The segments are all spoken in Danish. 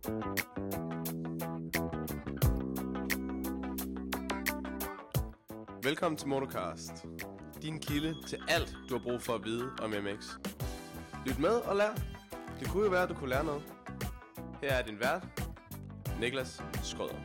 Velkommen til Motocast, din kilde til alt, du har brug for at vide om MX. Lyt med og lær. Det kunne jo være, at du kunne lære noget. Her er din vært, Niklas Skrøder.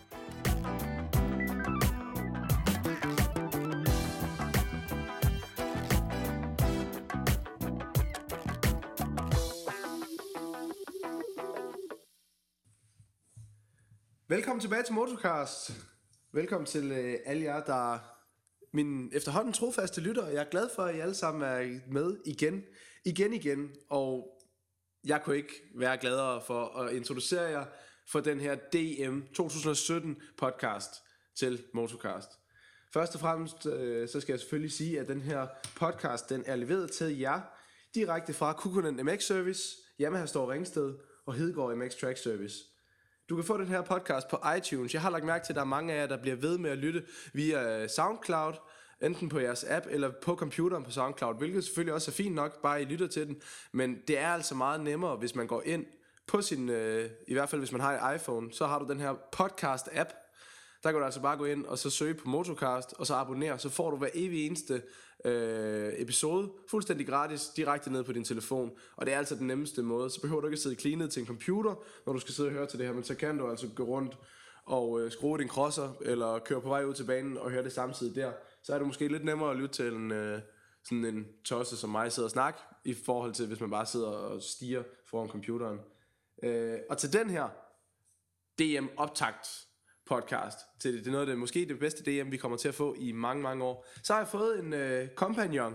Velkommen tilbage til Motocast. Velkommen til alle jer, der er mine efterhånden trofaste lyttere. Jeg er glad for, at I alle sammen er med igen. Og jeg kunne ikke være gladere for at introducere jer for den her DM 2017 podcast til Motocast. Først og fremmest så skal jeg selvfølgelig sige, at den her podcast den er leveret til jer direkte fra Kukkonen MX Service, Yamaha Store Ringsted og Hedegaard MX Track Service. Du kan få den her podcast på iTunes. Jeg har lagt mærke til, at der er mange af jer, der bliver ved med at lytte via SoundCloud, enten på jeres app eller på computeren på SoundCloud, hvilket selvfølgelig også er fint nok, bare I lytter til den. Men det er altså meget nemmere, hvis man går ind på sin, i hvert fald hvis man har en iPhone, så har du den her podcast-app. Der kan du altså bare gå ind og så søge på Motocast, og så abonnere, så får du hver evig eneste episode fuldstændig gratis direkte ned på din telefon. Og det er altså den nemmeste måde. Så behøver du ikke at sidde cleanet til en computer, når du skal sidde og høre til det her, men så kan du altså gå rundt og skrue din crosser, eller køre på vej ud til banen og høre det samtidig der. Så er det måske lidt nemmere at lytte til sådan en tosse som mig sidder og snakke, i forhold til hvis man bare sidder og stiger foran computeren. Og til den her DM optakt podcast til det er noget af det måske det bedste DM vi kommer til at få i mange år. Så har jeg fået en kompagnon,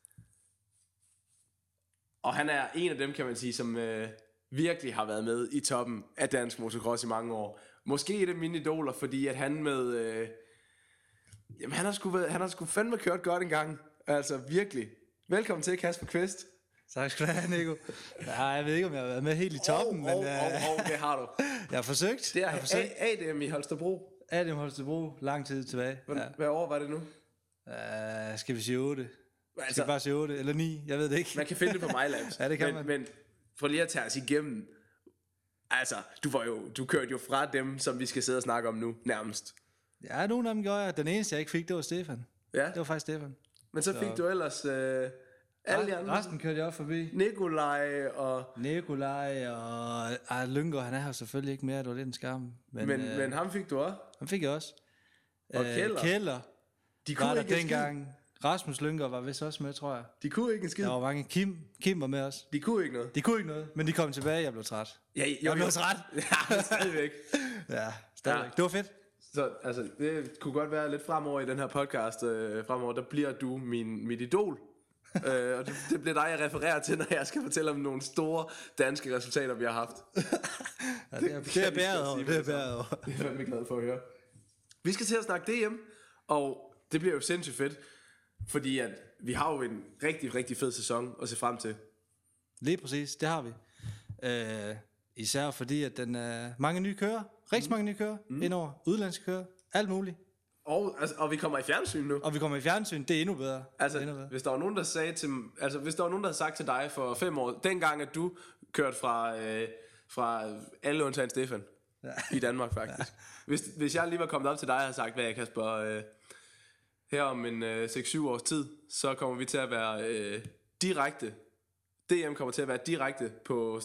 og han er en af dem, kan man sige, som virkelig har været med i toppen af dansk motocross i mange år. Måske et af mine idoler, fordi at han med jamen han har sgu fandme kørt godt en gang. Altså virkelig. Velkommen til, Kasper Kvist. Tak skal du have, Nico. Ja, jeg ved ikke, om jeg har været med helt i toppen, men det har du. Jeg har forsøgt. Det er ADM i Holstebro. ADM Holstebro, lang tid tilbage. Hvad år var det nu? Skal vi sige 8? Altså, skal vi bare sige 8 eller 9? Jeg ved det ikke. Man kan finde det på MyLabs. Ja, det kan man. Men for lige at tage os igennem. Altså, du kørte jo fra dem, som vi skal sidde og snakke om nu, nærmest. Ja, nogle af dem gjorde jeg. Den eneste, jeg ikke fik, det var Stefan. Ja. Det var faktisk Stefan. Men så fik du ellers alle andre. Resten kørte jeg op forbi. Nikolaj og Lyngård, han er her selvfølgelig ikke mere. Det var lidt en skam. Men ham fik du også. Ham fik jeg også. Og Keller. De kunne var ikke dengang. Rasmus Lyngård var vist også med, tror jeg. De kunne ikke en skid. Der var mange. Kim var med os. De kunne ikke noget. Men de kom tilbage, jeg blev træt. Jeg blev træt. Ja, stadigvæk. Ja, stadigvæk. Ja. Det var fedt. Så altså, det kunne godt være lidt fremover i den her podcast. Fremover, der bliver du mit idol. Og det bliver dig, jeg refererer til, når jeg skal fortælle om nogle store danske resultater, vi har haft. Ja, det er bæret over. Det er fandme glad for at høre. Vi skal til at snakke DM, og det bliver jo sindssygt fedt, fordi at vi har jo en rigtig fed sæson at se frem til. Lige præcis, det har vi. Især fordi at den er mange nye kører, rigtig mange nye kører indover, udlandske kører, alt muligt. Og vi kommer i fjernsyn nu. Det er endnu bedre. Altså, hvis der var nogen, der sagde til, hvis der var nogen, der havde sagt til dig for 5 år, dengang at du kørte fra alle undtagen Stefan i Danmark faktisk. Ja. Hvis jeg lige var kommet op til dig og havde sagt, hvad jeg Kasper, her om en 6-7 års tid, så kommer vi til at være direkte. DM kommer til at være direkte på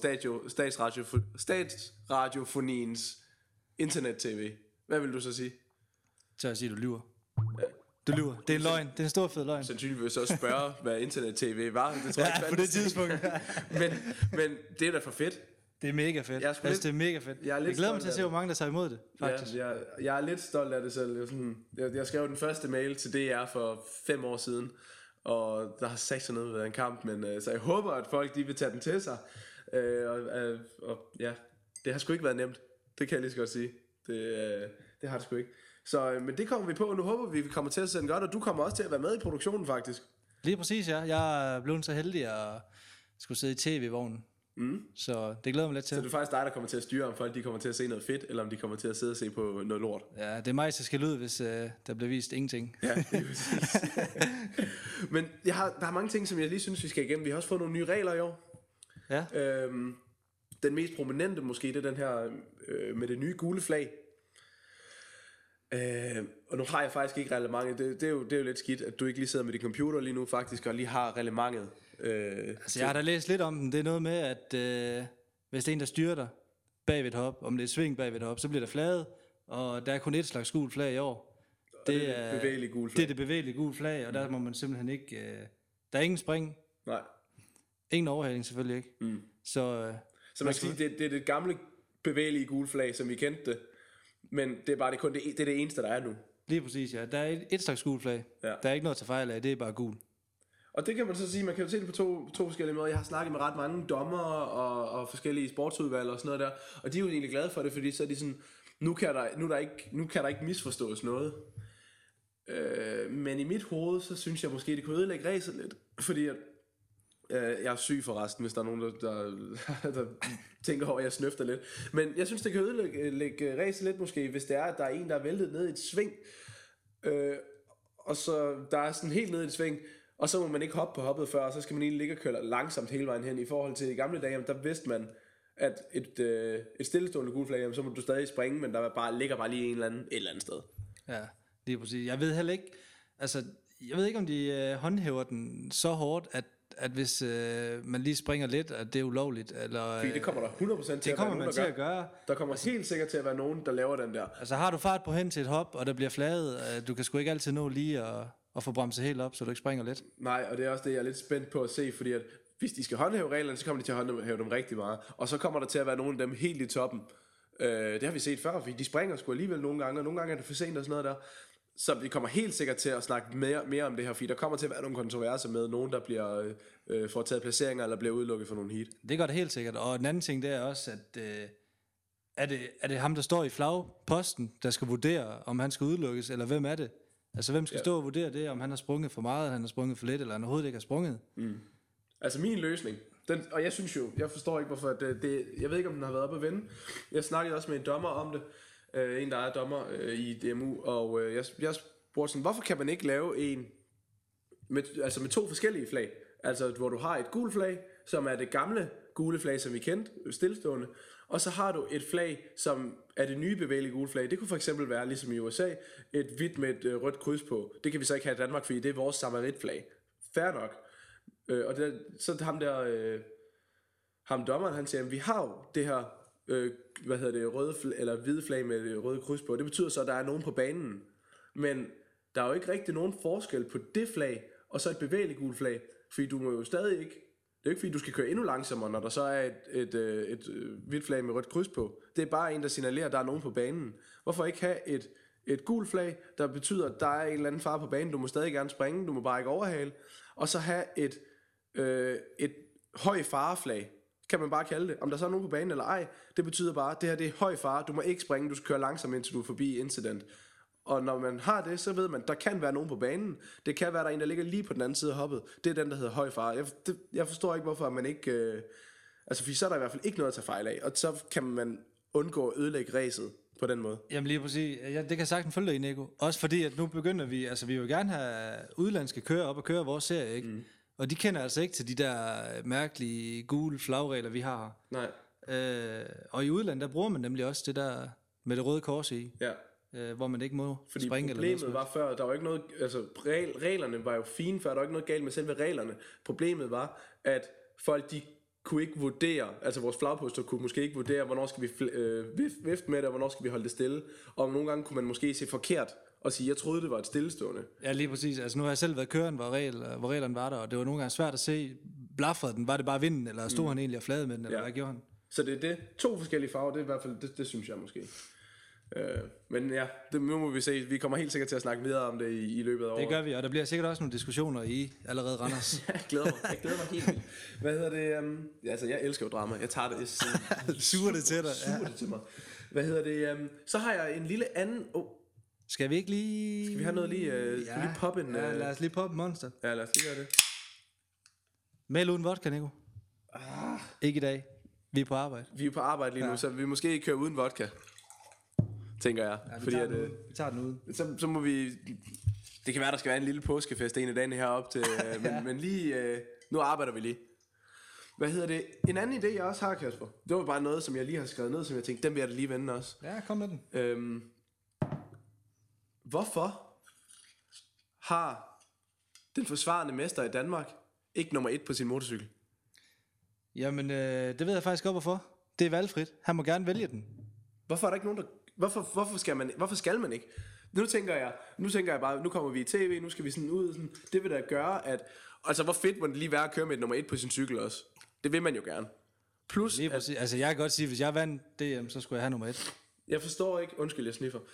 statsradiofoniens internet-tv. Hvad vil du så sige? Så jeg siger, du lyver. Ja. Du lyver. Det er en løgn. Det er en stor fed løgn. Sandsynligvis også spørge, hvad internet-tv var. Det tror jeg på det tidspunkt. men det er da for fedt. Det er mega fedt. Det er mega fedt. Jeg glæder mig til at se, hvor mange der tager imod det, faktisk. Ja, jeg er lidt stolt af det selv. Jeg skrev den første mail til DR for 5 år siden, og der har sagt sådan noget ved en kamp, men så jeg håber, at folk de vil tage den til sig. Og ja, det har sgu ikke været nemt. Det kan jeg lige så godt sige. Det har det sgu ikke. Så, men det kommer vi på, og nu håber vi kommer til at sende godt, og du kommer også til at være med i produktionen faktisk. Lige præcis, ja. Jeg er blevet så heldig at skulle sidde i tv-vognen. Så det glæder mig lidt til. Så det er faktisk dig, der kommer til at styre, om folk de kommer til at se noget fedt, eller om de kommer til at sidde og se på noget lort. Ja, det er mig, der skal ud, hvis der bliver vist ingenting. Ja, det er præcis. Men der er mange ting, som jeg lige synes, vi skal igennem. Vi har også fået nogle nye regler i år. Ja. Den mest prominente måske, det er den her med det nye gule flag. Og nu har jeg faktisk ikke reglementet. Det er jo lidt skidt, at du ikke lige sidder med din computer lige nu faktisk, og lige har reglementet. Altså, jeg har da læst lidt om den. Det er noget med, at hvis det er en, der styrer dig bagved et hop, om det er sving bagved et hop, så bliver der flaget, og der er kun et slags gult flag i år. Det er bevægelige gule flag. Det er det bevægelige gule flag, og der må man simpelthen ikke... der er ingen spring. Nej. Ingen overhaling selvfølgelig ikke. Så man kan sige, det er det gamle bevægelige gule flag, som vi kendte det. Men det er bare det er det eneste, der er nu. Lige præcis, ja. Der er et slags gul flag. Ja. Der er ikke noget til fejl af, det er bare gul. Og det kan man så sige, man kan jo se det på to forskellige måder. Jeg har snakket med ret mange dommer og forskellige sportsudvalg og sådan noget der, og de er jo egentlig glade for det, fordi så er de sådan, nu kan der ikke misforstås noget. Men i mit hoved, så synes jeg måske, det kunne ødelægge racet lidt, fordi jeg er syg forresten, hvis der er nogen, der tænker over, at jeg snøfter lidt. Men jeg synes, det kan ødelægge racet lidt måske, hvis det er, at der er en, der er væltet ned i et sving, og så der er sådan helt ned i et sving, og så må man ikke hoppe på hoppet før, og så skal man egentlig ligge og køre langsomt hele vejen hen. I forhold til de gamle dage, der vidste man, at et stillestående gult flag, så må du stadig springe, men der ligger bare lige et eller andet sted. Ja, lige præcis. Jeg ved heller ikke, altså, om de håndhæver den så hårdt, at hvis man lige springer lidt, at det er ulovligt, eller... Fordi det kommer der 100% til at gøre. Der kommer helt sikkert til at være nogen, der laver den der. Altså har du fart på hen til et hop, og der bliver flaget, du kan sgu ikke altid nå lige at få bremset helt op, så du ikke springer lidt. Nej, og det er også det, jeg er lidt spændt på at se, fordi at hvis de skal håndhæve reglerne, så kommer de til at håndhæve dem rigtig meget. Og så kommer der til at være nogle af dem helt i toppen. Det har vi set før, fordi de springer sgu alligevel nogle gange, og nogle gange er det for sent og sådan noget der. Så vi kommer helt sikkert til at snakke mere om det her, fordi der kommer til at være nogle kontroverser med nogen, der bliver får taget placeringer, eller bliver udelukket for nogle heat. Det gør det helt sikkert. Og den anden ting, det er også, at er det ham, der står i flagposten, der skal vurdere, om han skal udelukkes, eller hvem er det? Altså hvem skal stå og vurdere det, om han har sprunget for meget, han har sprunget for lidt, eller han overhovedet ikke har sprunget? Altså min løsning, og jeg synes jo, jeg forstår ikke hvorfor, jeg ved ikke om den har været op at vende. Jeg snakkede også med en dommer om det, en der er dommer i DMU, og jeg spurgte sådan, hvorfor kan man ikke lave en med to forskellige flag? Altså hvor du har et gult flag, som er det gamle gule flag, som vi kendte, stillestående, og så har du et flag, som er det nye bevægelige gule flag. Det kunne for eksempel være, ligesom i USA, et hvidt med et rødt kryds på. Det kan vi så ikke have i Danmark, fordi det er vores samaritflag. Fair nok. Og så ham dommeren, han siger, at vi har jo det her røde eller hvide flag med det røde kryds på. Det betyder så, at der er nogen på banen. Men der er jo ikke rigtig nogen forskel på det flag og så et bevægeligt gult flag, fordi du må jo stadig ikke. Det er ikke fordi du skal køre endnu langsommere, når der så er et hvidt flag med rødt kryds på. Det er bare en, der signalerer, at der er nogen på banen. Hvorfor ikke have et gult flag, der betyder, at der er en eller anden fare på banen. Du må stadig gerne springe, du må bare ikke overhale. Og så have et høj fareflag, kan man bare kalde det. Om der så er nogen på banen eller ej, det betyder bare, at det her det er høj fare. Du må ikke springe, du skal køre langsomt, indtil du er forbi incident. Og når man har det, så ved man, der kan være nogen på banen. Det kan være, der er en, der ligger lige på den anden side af hoppet. Det er den, der hedder høj fare. Jeg forstår ikke, hvorfor man ikke... fordi så er der i hvert fald ikke noget at tage fejl af. Og så kan man undgå at ødelægge racet på den måde. Jamen lige præcis. Det kan jeg sagtens følge dig i, Nico. Også fordi, at nu begynder vi... Altså, vi vil gerne have udlandske kører op og køre vores serie, ikke? Og de kender altså ikke til de der mærkelige gule flagregler, vi har. Nej. Og i udlandet, der bruger man nemlig også det der med det røde kors i. Ja. Hvor man ikke må fordi springe eller noget. Problemet var før, der var ikke noget, altså reglerne var jo fine før, der var ikke noget galt med selve reglerne. Problemet var, at folk de kunne ikke vurdere, altså vores flagposter kunne måske ikke vurdere, hvornår skal vi vifte med det, og hvornår skal vi holde det stille. Og nogle gange kunne man måske se forkert og sige, jeg troede det var et stillestående. Ja, lige præcis. Altså nu har jeg selv været køren, hvor reglerne var der, og det var nogle gange svært at se, blaffede den, var det bare vinden, eller stod han egentlig og flade med den, eller hvad gjorde han? Så det er det. 2 forskellige farver, det er i hvert fald, det synes jeg måske. Men ja, nu må vi se. Vi kommer helt sikkert til at snakke videre om det i løbet af året. Det gør vi, og der bliver sikkert også nogle diskussioner i allerede Randers. Jeg glæder mig helt vildt. Hvad hedder det? Altså, jeg elsker jo drama. Jeg tager det. Suger det til dig. Suger det til mig. Hvad hedder det? Så har jeg en lille anden... Skal vi ikke lige... Skal vi have noget lige... lige poppe en... Ja, lad os lige poppe Monster. Ja, lad os lige gøre det. Med eller uden vodka, Nico? Ikke i dag. Vi er på arbejde. Vi er på arbejde lige nu, så vi måske ikke køre uden vodka. Tænker jeg. Ja, fordi vi tager den ud. Så må vi... Det kan være, der skal være en lille påskefest en af dagene heroppe til... men lige... nu arbejder vi lige. Hvad hedder det? En anden idé, jeg også har, Kasper. Det var bare noget, som jeg lige har skrevet ned, som jeg tænkte, den vil jeg da lige vende også. Ja, kom med den. Hvorfor har den forsvarende mester i Danmark ikke nummer 1 på sin motorcykel? Jamen, det ved jeg faktisk godt, hvorfor. Det er valgfrit. Han må gerne vælge den. Hvorfor er der ikke nogen, der... Hvorfor skal man ikke? Nu tænker jeg bare, nu kommer vi i tv, nu skal vi sådan ud, sådan, det vil da gøre, at... Altså, hvor fedt må det lige være at køre med et nummer 1 på sin cykel også? Det vil man jo gerne. Plus, altså, jeg kan godt sige, hvis jeg vandt DM, så skulle jeg have nummer 1. Jeg forstår ikke, undskyld, jeg sniffer,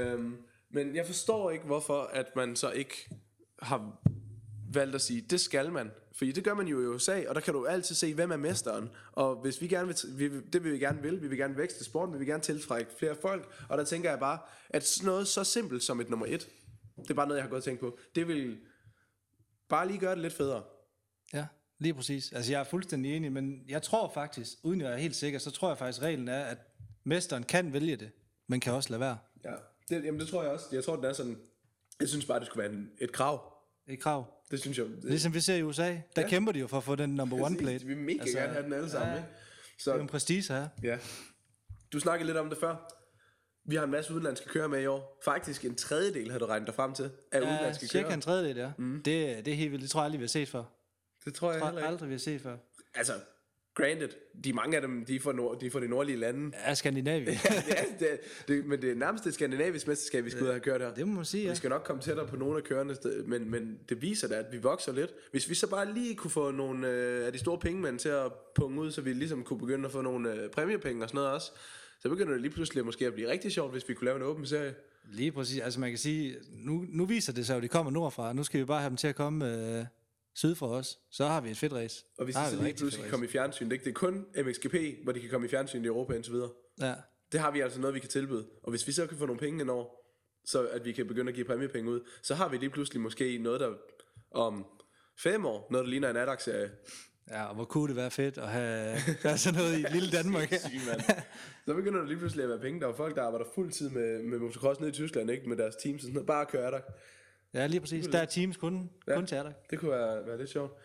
men jeg forstår ikke, hvorfor at man så ikke har valgt at sige, det skal man. Fordi det gør man jo i USA, og der kan du altid se, hvem er mesteren. Og hvis vi gerne det vil vi gerne vækste sporten, vi vil gerne tiltrække flere folk. Og der tænker jeg bare, at sådan noget så simpelt som et nummer 1, det er bare noget, jeg har gået og tænkt på. Det vil bare lige gøre det lidt federe. Ja, lige præcis. Altså, jeg er fuldstændig enig, men jeg tror faktisk, uden jeg er helt sikker, så tror jeg faktisk, reglen er, at mesteren kan vælge det, men kan også lade være. Ja, det tror jeg også. Jeg tror, den er sådan... Jeg synes bare, det skulle være et krav. Et krav. Det synes jeg. Ligesom vi ser i USA, der kæmper de jo for at få den number one plate. Vi vil mega gerne have den alle sammen, ikke? Så, det er jo en prestige her. Ja. Du snakkede lidt om det før. Vi har en masse udenlandske kører med i år. Faktisk en tredjedel har du regnet dig frem til af udenlandske kører. Cirka en tredjedel, ja. Det er helt vildt. Det tror jeg aldrig, vi har set før. Det tror jeg heller ikke. Aldrig, vi har set før. Altså, granted, mange af dem, de er fra de nordlige lande. Ja, Skandinavien. Men det er nærmest det skandinaviske mesterskab, vi skal ud og have kørt her. Det må man sige, ja. Vi skal nok komme tættere på nogle af kørende, men det viser da, at vi vokser lidt. Hvis vi så bare lige kunne få nogle af de store pengemænd til at punge ud, så vi ligesom kunne begynde at få nogle præmiepenge og sådan noget også, så begynder det lige pludselig måske at blive rigtig sjovt, hvis vi kunne lave en åben serie. Lige præcis. Altså man kan sige, nu viser det sig, at de kommer nordfra. Nu skal vi bare have dem til at komme syd for os. Så har vi et fedt race. Og hvis de så lige pludselig kan komme i fjernsyn, det er kun MXGP, hvor de kan komme i fjernsyn i Europa indtil videre. Ja. Det har vi altså noget, vi kan tilbyde. Og hvis vi så kan få nogle penge indover, så at vi kan begynde at give præmiepenge ud, så har vi lige pludselig måske noget, der om 5 år, noget der ligner en ADAC-serie. Ja, og hvor kunne det være fedt at have sådan noget i lille Danmark. Så begynder der lige pludselig at være penge. Der er folk, der arbejder fuldtid med motocross nede i Tyskland, ikke med deres teams og sådan noget. Bare at køre ADAC. Ja, lige præcis. Der er teams kun til ADAC. Det kunne være lidt sjovt.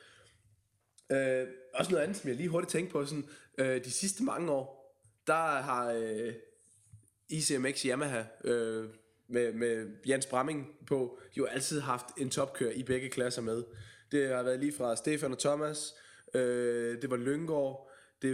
Også noget andet, som jeg lige hurtigt tænkte på, sådan, de sidste mange år, der har ICMX Yamaha med Jens Bramming på, jo altid haft en topkører i begge klasser med. Det har været lige fra Stefan og Thomas, det var Lyngård, det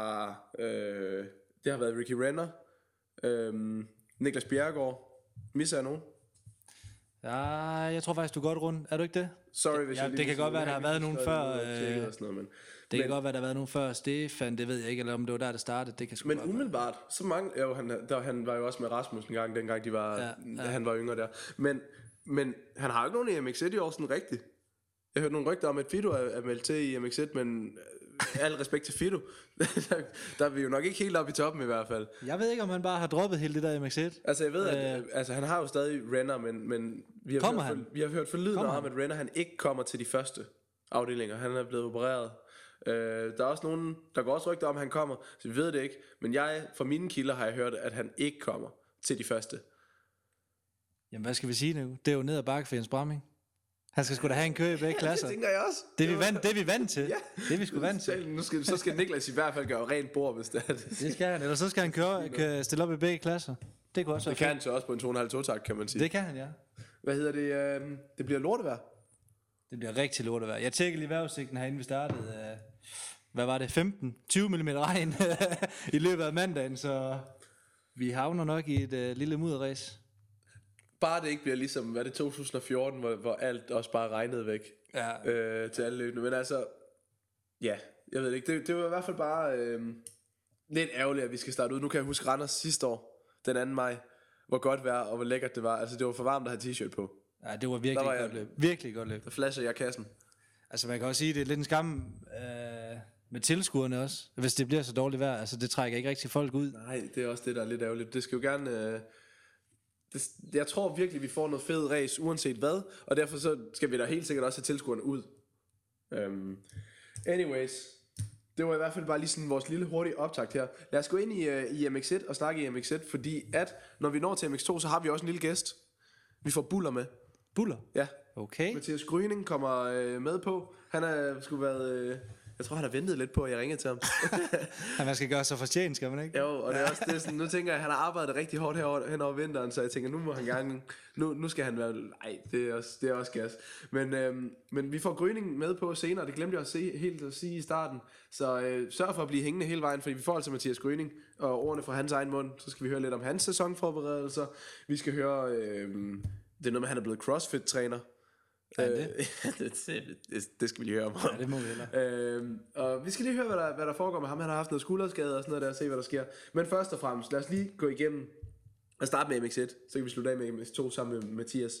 har været Ricky Renner, Niklas Bjerregaard. Misser jeg nogen? Ja, jeg tror faktisk, du er godt rundt. Er du ikke det? Sorry, hvis jeg lige... Det kan godt være, der har været nogen før... Det kan godt være, der har været nogen før Stefan, det ved jeg ikke, eller om det var der, det startede. Det kan sgu men umiddelbart, så mange... Jo, han var jo også med Rasmus en gang, dengang de var, han var yngre der. Men han har jo ikke nogen i MX1 i år sådan rigtigt. Jeg hørte nogle rygter om, at Fido er meldt til i MX1, men al respekt til Fido, der er vi jo nok ikke helt oppe i toppen i hvert fald. Jeg ved ikke, om han bare har droppet hele det der MX1. Altså jeg ved, at han har jo stadig Renner, men vi har hørt forlydende om, at Renner han ikke kommer til de første afdelinger. Han er blevet opereret. Der er også nogen, der går også rygter om, at han kommer, så vi ved det ikke. Men fra mine kilder har jeg hørt, at han ikke kommer til de første. Jamen hvad skal vi sige nu? Det er jo ned ad bakke for Jens Bramming. Han skal sgu da have en kø i begge klasser. Det tænker jeg også. Det er vi vant til. Ja. Det er vi sgu vant til. Så skal Niklas i hvert fald gøre rent bord, hvis det er det. Det skal han, eller så skal han køre stille op i begge klasser. Det kan også det kan han så også på en 2,5 takt, kan man sige. Det kan han, ja. Hvad hedder det? Det bliver lortevejr. Det bliver rigtig lortevejr. Jeg tjekkede lige vejrudsigten herinde, vi startede. Hvad var det? 15-20 mm regn i løbet af mandagen, så vi havner nok i et lille mudderræs. Bare det ikke bliver ligesom, hvad det 2014, hvor alt også bare regnede væk til alle løbende. Men altså, ja, jeg ved ikke. Det var i hvert fald bare lidt ærgerligt, at vi skal starte ud. Nu kan jeg huske Randers sidste år, den 2. maj, hvor godt vejr og hvor lækkert det var. Altså, det var for varmt at have t-shirt på. Ja, det var virkelig godt løb. Virkelig godt løb. Der flasher jeg kassen. Altså, man kan også sige, det er lidt en skam med tilskuerne også. Hvis det bliver så dårligt vejr, altså det trækker ikke rigtig folk ud. Nej, det er også det, der er lidt ærgerligt. Det skal jo gerne... jeg tror virkelig, vi får noget fed race, uanset hvad. Og derfor så skal vi da helt sikkert også have tilskuerne ud. Anyways, det var i hvert fald bare lige sådan vores lille hurtige optakt her. Lad os gå ind i MX1 og snakke i MX1, fordi at når vi når til MX2, så har vi også en lille gæst. Vi får Buller med. Buller? Ja. Okay. Mathias Gryning kommer med på. Han har sgu været Jeg tror, han har ventet lidt på, at jeg ringede til ham. Ja, man skal gøre sig fortjent, skal man ikke? Jo, og det er også det, sådan, nu tænker jeg, at han har arbejdet rigtig hårdt hen over vinteren, så jeg tænker, nu må han gerne, nu skal han være, nej, det er også gas. Men vi får Gryning med på senere, det glemte jeg at sige i starten, så sørg for at blive hængende hele vejen, fordi vi får altså Mathias Gryning, og ordene fra hans egen mund, så skal vi høre lidt om hans sæsonforberedelser, vi skal høre, det er noget med, at han er blevet CrossFit-træner. Ja, det? Det skal vi lige høre om. Ja, det må vi heller. Og vi skal lige høre, hvad der foregår med ham. Han har haft noget skulderskade og sådan noget der, og se hvad der sker. Men først og fremmest, lad os lige gå igennem og starte med MX1, så kan vi slutte af med MX2 sammen med Mathias.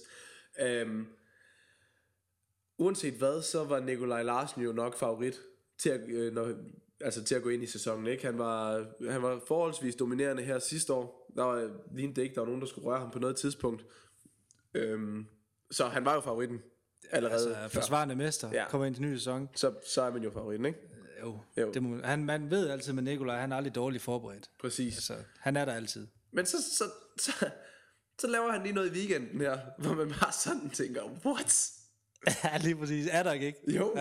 Uanset hvad, så var Nikolaj Larsen jo nok favorit til at gå ind i sæsonen, ikke? Han var forholdsvis dominerende her sidste år. Der var lignende det ikke, der var nogen, der skulle røre ham på noget tidspunkt. Så han var jo favoritten allerede. Altså, forsvarende mester, kommer ind til ny sæson. Så er man jo favoritten, ikke? Jo. Det må, man ved altid med Nikolaj, han er aldrig dårligt forberedt. Præcis. Altså, han er der altid. Men så laver han lige noget i weekenden her, hvor man bare sådan tænker, what? Ja, lige præcis. Er der ikke? Jo.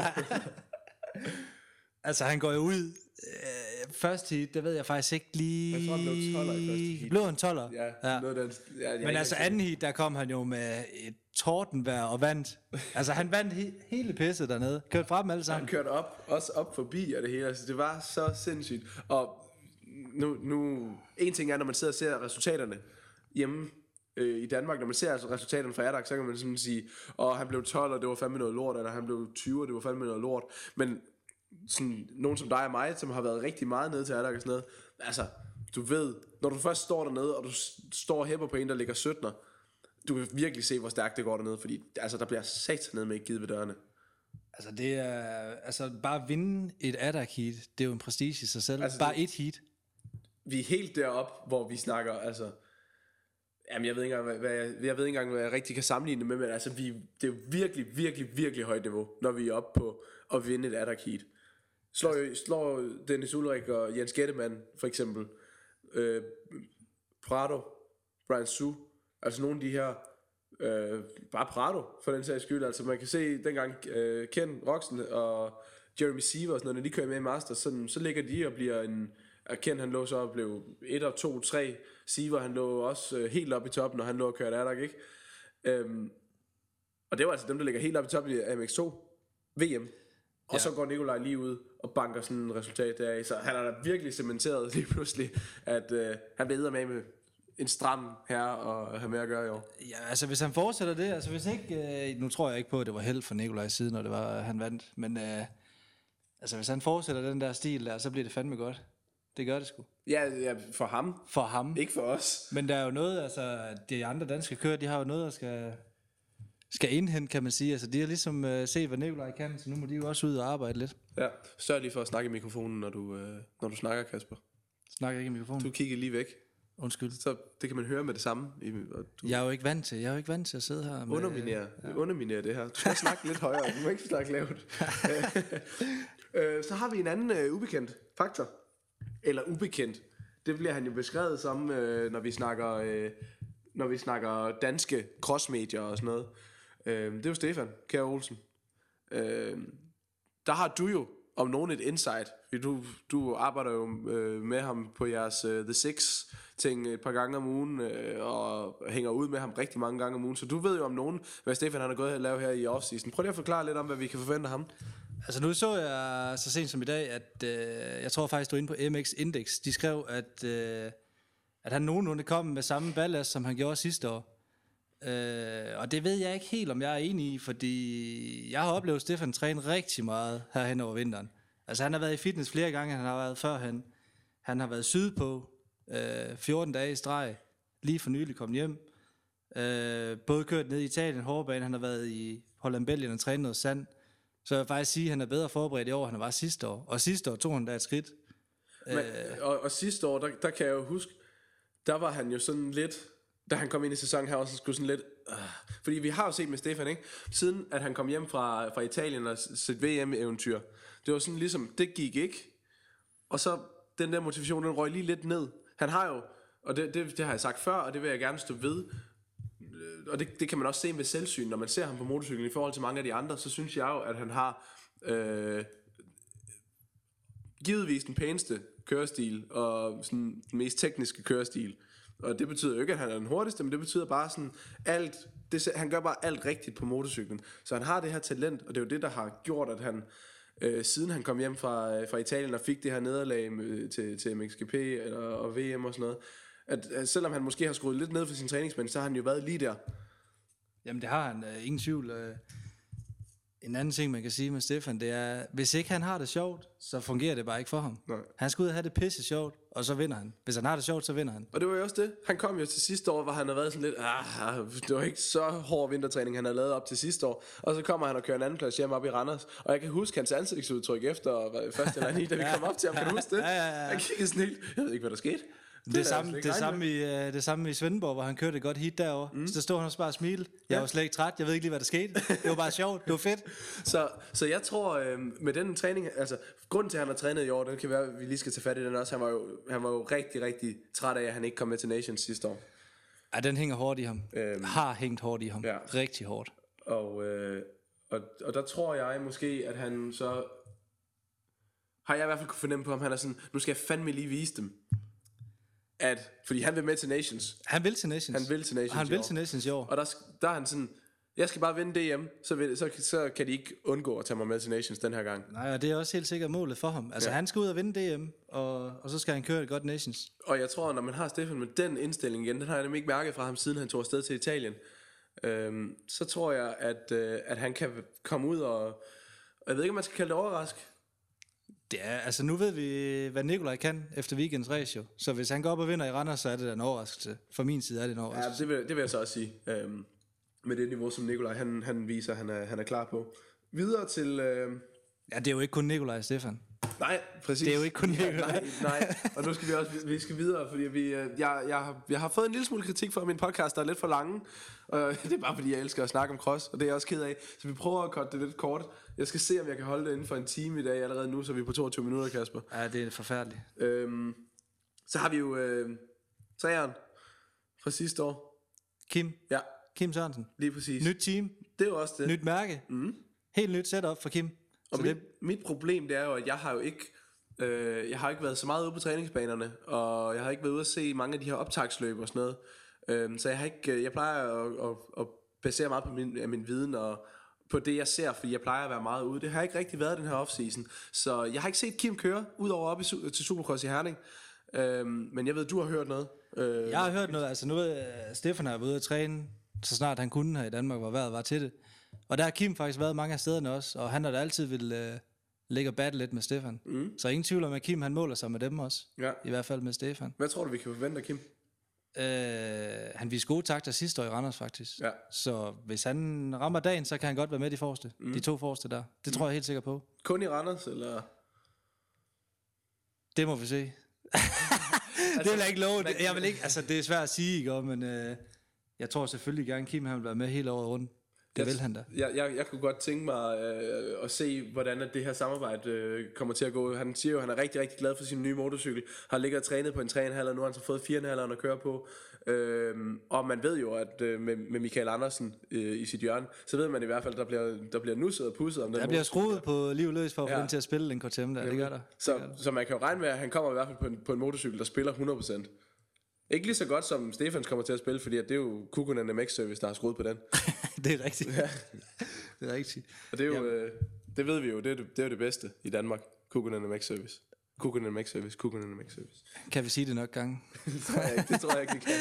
Altså, han går jo ud først heat, det ved jeg faktisk ikke lige. Jeg tror, han blev 12'er i første heat. Blev han 12'er? Ja. Men altså anden heat, der kom han jo med et tordenvejr og vandt. Altså han vandt hele pisset dernede. Kørte fra dem alle sammen. Han kørte også op forbi og det hele. Altså det var så sindssygt. Og nu en ting er, når man sidder og ser resultaterne hjemme i Danmark, når man ser altså resultaterne fra Adax, så kan man sådan sige, han blev 12, og det var fandme noget lort, eller han blev 20, og det var fandme noget lort. Men sådan nogen som dig og mig, som har været rigtig meget nede til Adax og sådan noget, altså, du ved, når du først står dernede, og du står og hæpper på en, der ligger 17'er, du kan virkelig se, hvor stærkt det går dernede, fordi altså, der bliver sat ned med ikke givet ved dørene. Altså det er, altså bare at vinde et Adax heat, det er jo en prestige i sig selv. Altså, bare et heat. Vi er helt deroppe, hvor vi snakker, altså, jamen jeg ved ikke engang, hvad jeg rigtig kan sammenligne det med, men altså, det er jo virkelig, virkelig, virkelig højt niveau, når vi er oppe på at vinde et Adax heat. Slår Dennis Ulrik og Jens Gettemann for eksempel, Prado, Brian Su, altså nogle af de her, bare Prado for den sags skyld, altså man kan se dengang Ken Roxen og Jeremy Seaver og sådan noget, når de kører med i Masters, så ligger de og bliver Ken han lå så og blev 1 og 2, 3, Seaver han lå også helt op i toppen, når han lå og kørte Adax, ikke? Og det var altså dem, der ligger helt op i toppen i MX2 VM. Og så går Nikolaj lige ud og banker sådan et resultat deraf. Så han har da virkelig cementeret lige pludselig, at han bliver med en stram her og have med at gøre i år. Ja, altså hvis han fortsætter det, altså hvis ikke, nu tror jeg ikke på, at det var held for Nikolaj siden, når det var, han vandt, men altså hvis han fortsætter den der stil der, så bliver det fandme godt. Det gør det sgu. Ja, for ham. For ham. Ikke for os. Men der er jo noget, altså de andre danske kører, de har jo noget, der skal indhente, kan man sige. Altså de har ligesom set, hvad Nikolaj kan, så nu må de jo også ud og arbejde lidt. Ja, sørg lige for at snakke i mikrofonen, når du snakker, Kasper. Snakker ikke i mikrofonen? Du kigger lige væk. Undskyld. Så det kan man høre med det samme. Jeg er jo ikke vant til at sidde her. Underminere det her. Du skal snakke lidt højere, du må ikke snakke lavt. Så har vi en anden ubekendt faktor. Eller ubekendt. Det bliver han jo beskrevet som, når vi snakker danske crossmedier og sådan noget. Det er jo Stefan Kjær Olsen. Der har du jo om nogen et insight. Du arbejder jo med ham på jeres The Six ting et par gange om ugen, og hænger ud med ham rigtig mange gange om ugen. Så du ved jo om nogen, hvad Stefan han har gået og lavet her i offseason. Prøv lige at forklare lidt om, hvad vi kan forvente af ham. Altså nu så jeg så sent som i dag, at jeg tror faktisk, du er inde på MX Index. De skrev, at han nogenlunde kom med samme ballast, som han gjorde sidste år. Og det ved jeg ikke helt, om jeg er enig i, fordi jeg har oplevet Stefan træne rigtig meget herhen over vinteren. Altså han har været i fitness flere gange, han har været førhen. Han har været sydpå 14 dage i streg, lige for nylig kom hjem. Både kørt ned i Italien, hårdbane, han har været i Holland, Belgien og trænet noget sand. Så jeg vil faktisk sige, at han er bedre forberedt i år, end han var sidste år. Og sidste år tog han da et skridt. Og sidste år, der kan jeg jo huske, der var han jo sådan lidt, da han kom ind i sæsonen her, også skulle sådan lidt, fordi vi har jo set med Stefan, ikke? Siden at han kom hjem fra Italien og sit VM-eventyr, det var sådan ligesom, det gik ikke. Og så den der motivation, den røg lige lidt ned. Han har jo, og det har jeg sagt før, og det vil jeg gerne stå ved, og det kan man også se med selvsyn, når man ser ham på motorcyklen i forhold til mange af de andre, så synes jeg jo, at han har givetvis den pæneste kørestil, og sådan den mest tekniske kørestil. Og det betyder jo ikke, at han er den hurtigste, men det betyder bare sådan alt, han gør bare alt rigtigt på motorcyklen. Så han har det her talent, og det er jo det, der har gjort, at han, siden han kom hjem fra Italien og fik det her nederlag til MXGP og VM og sådan noget, at selvom han måske har skruet lidt ned for sin træningsmænd, så har han jo været lige der. Jamen det har han, ingen tvivl. En anden ting, man kan sige med Stefan, det er, hvis ikke han har det sjovt, så fungerer det bare ikke for ham. Nej. Han skal ud og have det pisse sjovt, og så vinder han. Hvis han har det sjovt, så vinder han. Og det var jo også det. Han kom jo til sidste år, hvor han havde været sådan lidt, det var ikke så hård vintertræning, han havde lavet op til sidste år. Og så kommer han og kører en anden plads hjem op i Randers. Og jeg kan huske hans ansigtsudtryk efter første eller anden, da vi kom op til ham. Kan du huske det? Han kiggede sådan helt, jeg ved ikke, hvad der skete. Det samme i Svendborg, hvor han kørte et godt hit derovre. Så der stod han også bare og smile. Jeg var slet ikke træt, jeg ved ikke lige, hvad der skete. Det var bare sjovt, det var fedt. Så jeg tror, med den træning, altså grunden til, at han har trænet i år, det kan være, at vi lige skal tage fat i den også. Han var jo rigtig, rigtig træt af, at han ikke kom med til Nations sidste år. Ja, den hænger hårdt i ham. Har hængt hårdt i ham. Ja. Rigtig hårdt. Og der tror jeg måske, at han så, har jeg i hvert fald kunne fornemme på ham, han er sådan, nu skal jeg fandme lige vise dem. Fordi han vil med til Nations. Han vil til Nations i år. Og der er han sådan, jeg skal bare vinde DM, så kan de ikke undgå at tage mig med til Nations den her gang. Nej, og det er også helt sikkert målet for ham. Altså han skal ud og vinde DM, og så skal han køre et godt Nations. Og jeg tror, når man har Stefan med den indstilling igen, den har jeg nemlig ikke mærket fra ham, siden han tog afsted til Italien, så tror jeg, at han kan komme ud og jeg ved ikke, om man skal kalde det overrask. Det er, altså nu ved vi, hvad Nikolaj kan efter weekends race jo. Så hvis han går op og vinder i Randers, så er det en overraskelse. For min side er det en overraskelse. Ja, det vil jeg så også sige. Med det niveau, som Nikolaj han viser, han er klar på. Videre til... Ja, det er jo ikke kun Nikolaj og Stefan. Nej, præcis. Det er jo ikke kun Nikolaj. Nej, og nu skal vi skal videre, fordi jeg har fået en lille smule kritik for min podcast, der er lidt for lange. Og det er bare fordi, jeg elsker at snakke om cross, og det er jeg også ked af. Så vi prøver at korte det lidt kort. Jeg skal se, om jeg kan holde det inden for en time i dag allerede nu, så vi er på 22 minutter, Kasper. Ja, det er forfærdeligt. Så har vi jo træeren fra sidste år. Kim. Ja. Kim Sørensen. Lige præcis. Nyt team. Det er jo også det. Nyt mærke. Helt nyt setup for Kim. Og mit problem, det er jo, at jeg har jo ikke været så meget ude på træningsbanerne, og jeg har ikke været ude at se mange af de her optagsløb og sådan noget. Så jeg plejer at basere meget på min viden og på det jeg ser, fordi jeg plejer at være meget ude. Det har ikke rigtig været den her offseason. Så jeg har ikke set Kim køre udover op til Supercross i Herning. Men jeg ved, du har hørt noget. Jeg har hørt noget. Altså nu ved Stefan har været ude at træne, så snart han kunne her i Danmark, hvor vejret var til det. Og der har Kim faktisk været mange af stederne også, og han har da altid vil ligge og battle lidt med Stefan. Så ingen tvivl om, at Kim han måler sig med dem også. Ja. I hvert fald med Stefan. Hvad tror du, vi kan forvente af Kim? Han viste gode takter sidste år i Randers faktisk. Ja. Så hvis han rammer dagen, så kan han godt være med de forreste. De 2 forreste der. Det tror jeg helt sikker på. Kun i Randers, eller? Det må vi se. Det vil jeg ikke love. Jeg vil ikke, altså det er svært at sige, ikke? Men jeg tror selvfølgelig gerne, Kim han vil være med hele året rundt. Det vil han da. Jeg kunne godt tænke mig at se, hvordan det her samarbejde kommer til at gå. Han siger jo, at han er rigtig, rigtig glad for sin nye motorcykel. Har ligget og trænet på en 3,5, og nu har han så fået 4,5 at køre på. Og man ved jo, at med Michael Andersen i sit hjørne, så ved man i hvert fald, der bliver nusset og pusset om den. Der bliver skruet på liv løs for at få den til at spille den KTM der. Det gør der. Så man kan jo regne med, at han kommer i hvert fald på en motorcykel, der spiller 100%. Ikke lige så godt som Stefans kommer til at spille, fordi at det er jo Kukkonen MX Service, der har skruet på den. Det er rigtigt. Ja. Det er rigtigt. Og det er jo, det ved vi jo, det er jo det bedste i Danmark. Kukkonen MX Service. Kukkonen MX Service. Kukkonen MX Service. Kan vi sige det nok gange? Det tror jeg ikke, vi kan.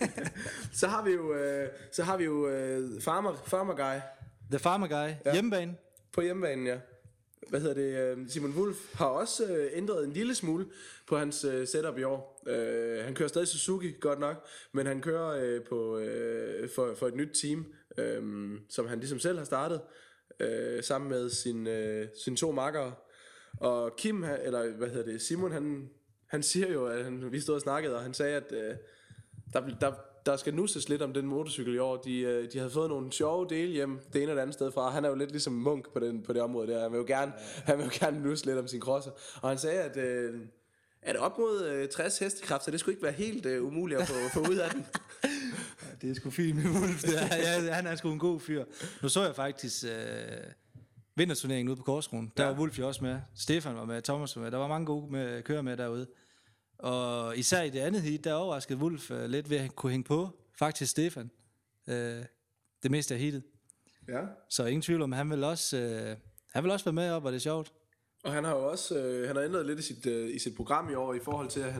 Så har vi jo Farmer Guy. The Farmer Guy. Ja. Hjemmebane. På hjemmebanen, ja. Simon Wulff har også ændret en lille smule på hans setup i år. Han kører stadig Suzuki, godt nok, men han kører for et nyt team, som han ligesom selv har startet, sammen med sine 2 makkere. Og Kim, Simon, han siger jo, at vi stod og snakkede, og han sagde, at der skal nusses lidt om den motorcykel i år. De havde fået nogle sjove dele hjem det ene og det andet sted fra. Han er jo lidt ligesom Munk på det område der. Han vil jo gerne nusse lidt om sin crosser. Og han sagde, at op mod 60 hestekræfter, det skulle ikke være helt umuligt at få ud af den. Ja, det er sgu fint med Wulff. Han er sgu en god fyr. Nu så jeg faktisk vinterturneringen ude på Korsgrunden. Der var Wulff jo også med. Stefan var med, Thomas var med. Der var mange gode kører med derude. Og især i det andet heat, der overraskede Wulff lidt ved at kunne hænge på. Faktisk Stefan. Det meste af heatet. Ja. Så ingen tvivl om, han vil også være med op, og det er sjovt. Og han har jo også han har ændret lidt i sit program i år, i forhold til, at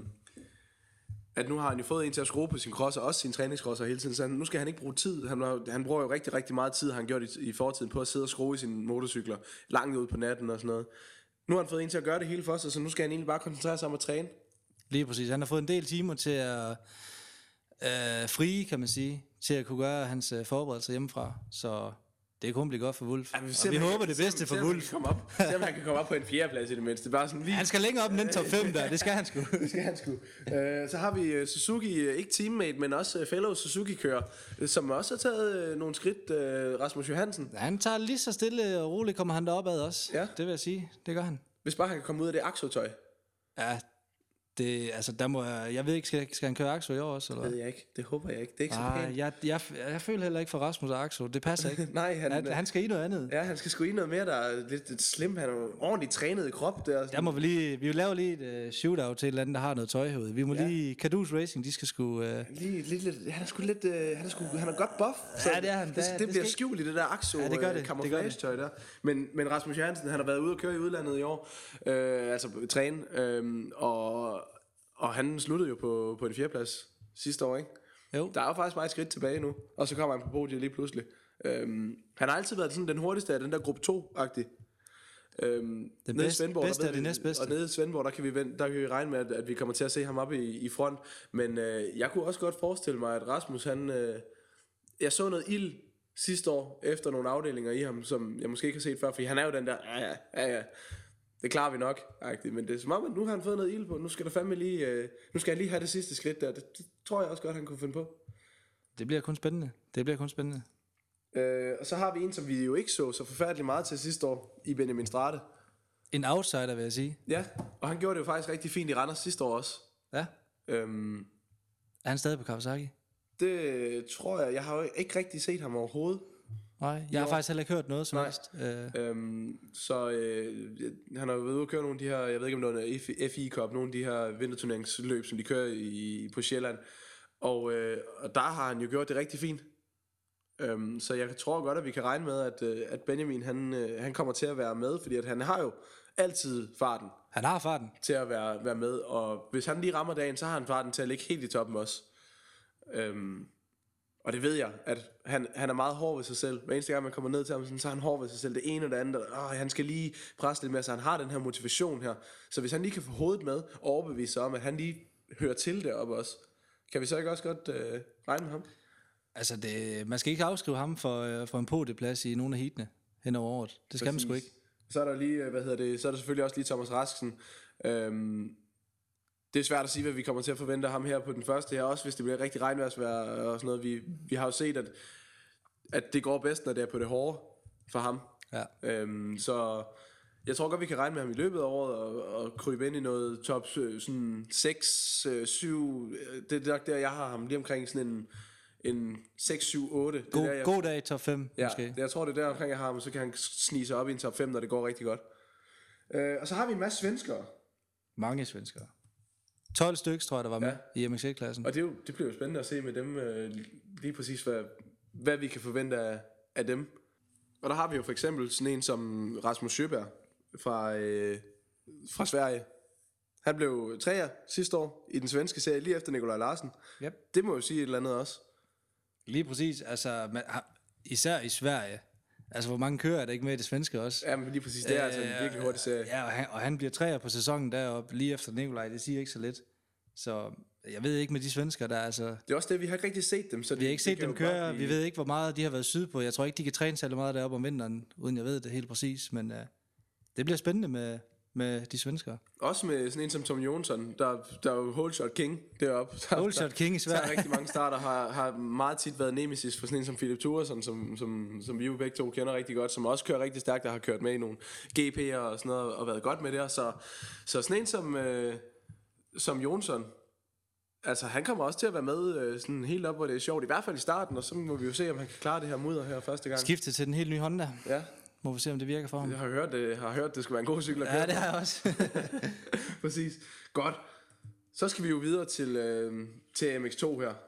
at nu har han jo fået en til at skrue på sin cross, og også sin træningscrosser hele tiden, så nu skal han ikke bruge tid. Han bruger jo rigtig, rigtig meget tid, han gjort i fortiden, på at sidde og skrue i sine motorcykler, langt ud på natten og sådan noget. Nu har han fået en til at gøre det hele for sig, så nu skal han egentlig bare koncentrere sig om at træne. Lige præcis. Han har fået en del timer til at frie, kan man sige, til at kunne gøre hans forberedelser hjemmefra, så det kunne blive godt for Wulff. Ja, vi håber det bedste for Wulff. Se om han kan komme op på en 4. plads i det mindste. Bare sådan lige... Han skal længere op end den top 5 der, det skal han sgu. Det skal han sgu. Så har vi Suzuki, ikke teammate, men også fellow Suzuki-kører, som også har taget nogle skridt, Rasmus Johansen. Han tager lige så stille og roligt, kommer han deropad også. Ja. Det vil jeg sige, det gør han. Hvis bare han kan komme ud af det Axo-tøj. Ja, det, altså der må jeg ved ikke, skal han køre Axo i år også? Eller? Det ved jeg ikke, det håber jeg ikke. Det er ikke så pænt. Jeg føler heller ikke for Rasmus og Axo, det passer ikke. Nej, han skal i noget andet. Ja, han skal sgu i noget mere, der er lidt slim. Han er jo ordentligt trænet i krop. Der må vi laver lige et shootout til et eller andet, der har noget tøj herude. Vi må lige, Cadus Racing, de skal sgu... Han er godt buff. Ja, det er han. Det bliver skjult i det der Axo camouflage-tøj der. Men Rasmus Johansen, han har været ude og køre i udlandet i år, altså træne, og han sluttede jo på en 4. plads sidste år, ikke? Jo. Der er jo faktisk bare et skridt tilbage nu, og så kommer han på podiet lige pludselig. Han har altid været sådan den hurtigste af den der gruppe 2-agtig. Den bedste af de næstbedste. Og nede i Svendborg, der kan vi regne med, at vi kommer til at se ham op i front. Men jeg kunne også godt forestille mig, at Rasmus, jeg så noget ild sidste år, efter nogle afdelinger i ham, som jeg måske ikke har set før, fordi han er jo den der, ja, det klarer vi nok, men det er som om, at nu har han fået noget ild på. Nu skal han lige have det sidste skridt der. Det tror jeg også godt, han kunne finde på. Det bliver kun spændende. Og så har vi en, som vi jo ikke så forfærdeligt meget til sidste år, i Benjamin Strate. En outsider, vil jeg sige. Ja, og han gjorde det jo faktisk rigtig fint i Randers sidste år også. Ja. Er han stadig på Kawasaki? Det tror jeg. Jeg har jo ikke rigtig set ham overhovedet. Nej, jeg har faktisk heller ikke hørt noget som helst. Han har jo været ude at køre nogle af de her, jeg ved ikke om det var FI Cup, nogle af de her vinterturneringsløb, som de kører på Sjælland. Og der har han jo gjort det rigtig fint. Så jeg tror godt, at vi kan regne med, at Benjamin han kommer til at være med, fordi at han har jo altid farten. Han har farten. Til at være med, og hvis han lige rammer dagen, så har han farten til at ligge helt i toppen også. Og det ved jeg, at han er meget hård ved sig selv. Hver eneste gang man kommer ned til ham, så er han hård ved sig selv. Det ene og det andet. Han skal lige presse lidt mere, så han har den her motivation her. Så hvis han lige kan få hovedet med og overbevise sig om, at han lige hører til deroppe også, kan vi så ikke også godt regne med ham? Altså, man skal ikke afskrive ham for en podieplads i nogle af heatene hen over året. Det skal man sgu ikke. Så er der lige, så er der selvfølgelig også lige Thomas Rasksen. Det er svært at sige, hvad vi kommer til at forvente af ham her på den første her, også hvis det bliver rigtig regnværsvejr og sådan noget. Vi har jo set, at det går bedst, når det er på det hårde for ham. Ja. Så jeg tror godt, vi kan regne med ham i løbet af året og krybe ind i noget top sådan 6, 7. Det er nok der, jeg har ham lige omkring sådan en 6, 7, 8. God dag i top 5, ja, måske. Jeg tror, det er der omkring, jeg har ham, så kan han snige sig op i en top 5, når det går rigtig godt. Og så har vi en masse svenskere. Mange svenskere. 12 stykker, tror jeg, der var med i MX1-klassen. Og det bliver jo spændende at se med dem, lige præcis, hvad vi kan forvente af dem. Og der har vi jo for eksempel sådan en som Rasmus Sjöberg fra Sverige. Han blev 3'er sidste år i den svenske serie, lige efter Nikolaj Larsen. Yep. Det må jo sige et eller andet også. Lige præcis, altså især i Sverige. Altså, hvor mange kører er der ikke med i det svenske også? Ja, men lige præcis, det er altså en virkelig hurtig serie. Ja, og han bliver 3'er på sæsonen deroppe, lige efter Nikolaj, det siger ikke så lidt. Så jeg ved ikke med de svenskere, der altså... Det er også det, vi har ikke rigtig set dem. Så vi har ikke set dem køre, vi ved ikke, hvor meget de har været sydpå. Jeg tror ikke, de kan træne særlig meget deroppe om vinteren, uden jeg ved det helt præcis, men det bliver spændende med de svenskere. Også med sådan en som Tom Jonsson, der er jo Whole Shot King deroppe. Whole Shot King i Sverige. Der er rigtig mange starter, har meget tit været nemesis for sådan en som Philip Thuresson, som vi jo begge to kender rigtig godt, som også kører rigtig stærkt, der har kørt med i nogle GP'er og sådan noget, og været godt med det. Så sådan en som Jonsson, altså han kommer også til at være med sådan helt op, hvor det er sjovt, i hvert fald i starten, og så må vi jo se, om han kan klare det her mudder her første gang. Skifte til den helt nye Honda. Ja. Må vi se, om det virker for ham. Jeg har hørt, det skal være en god cykel at køre. Ja, det har jeg også. Præcis. Godt. Så skal vi jo videre til MX2 her.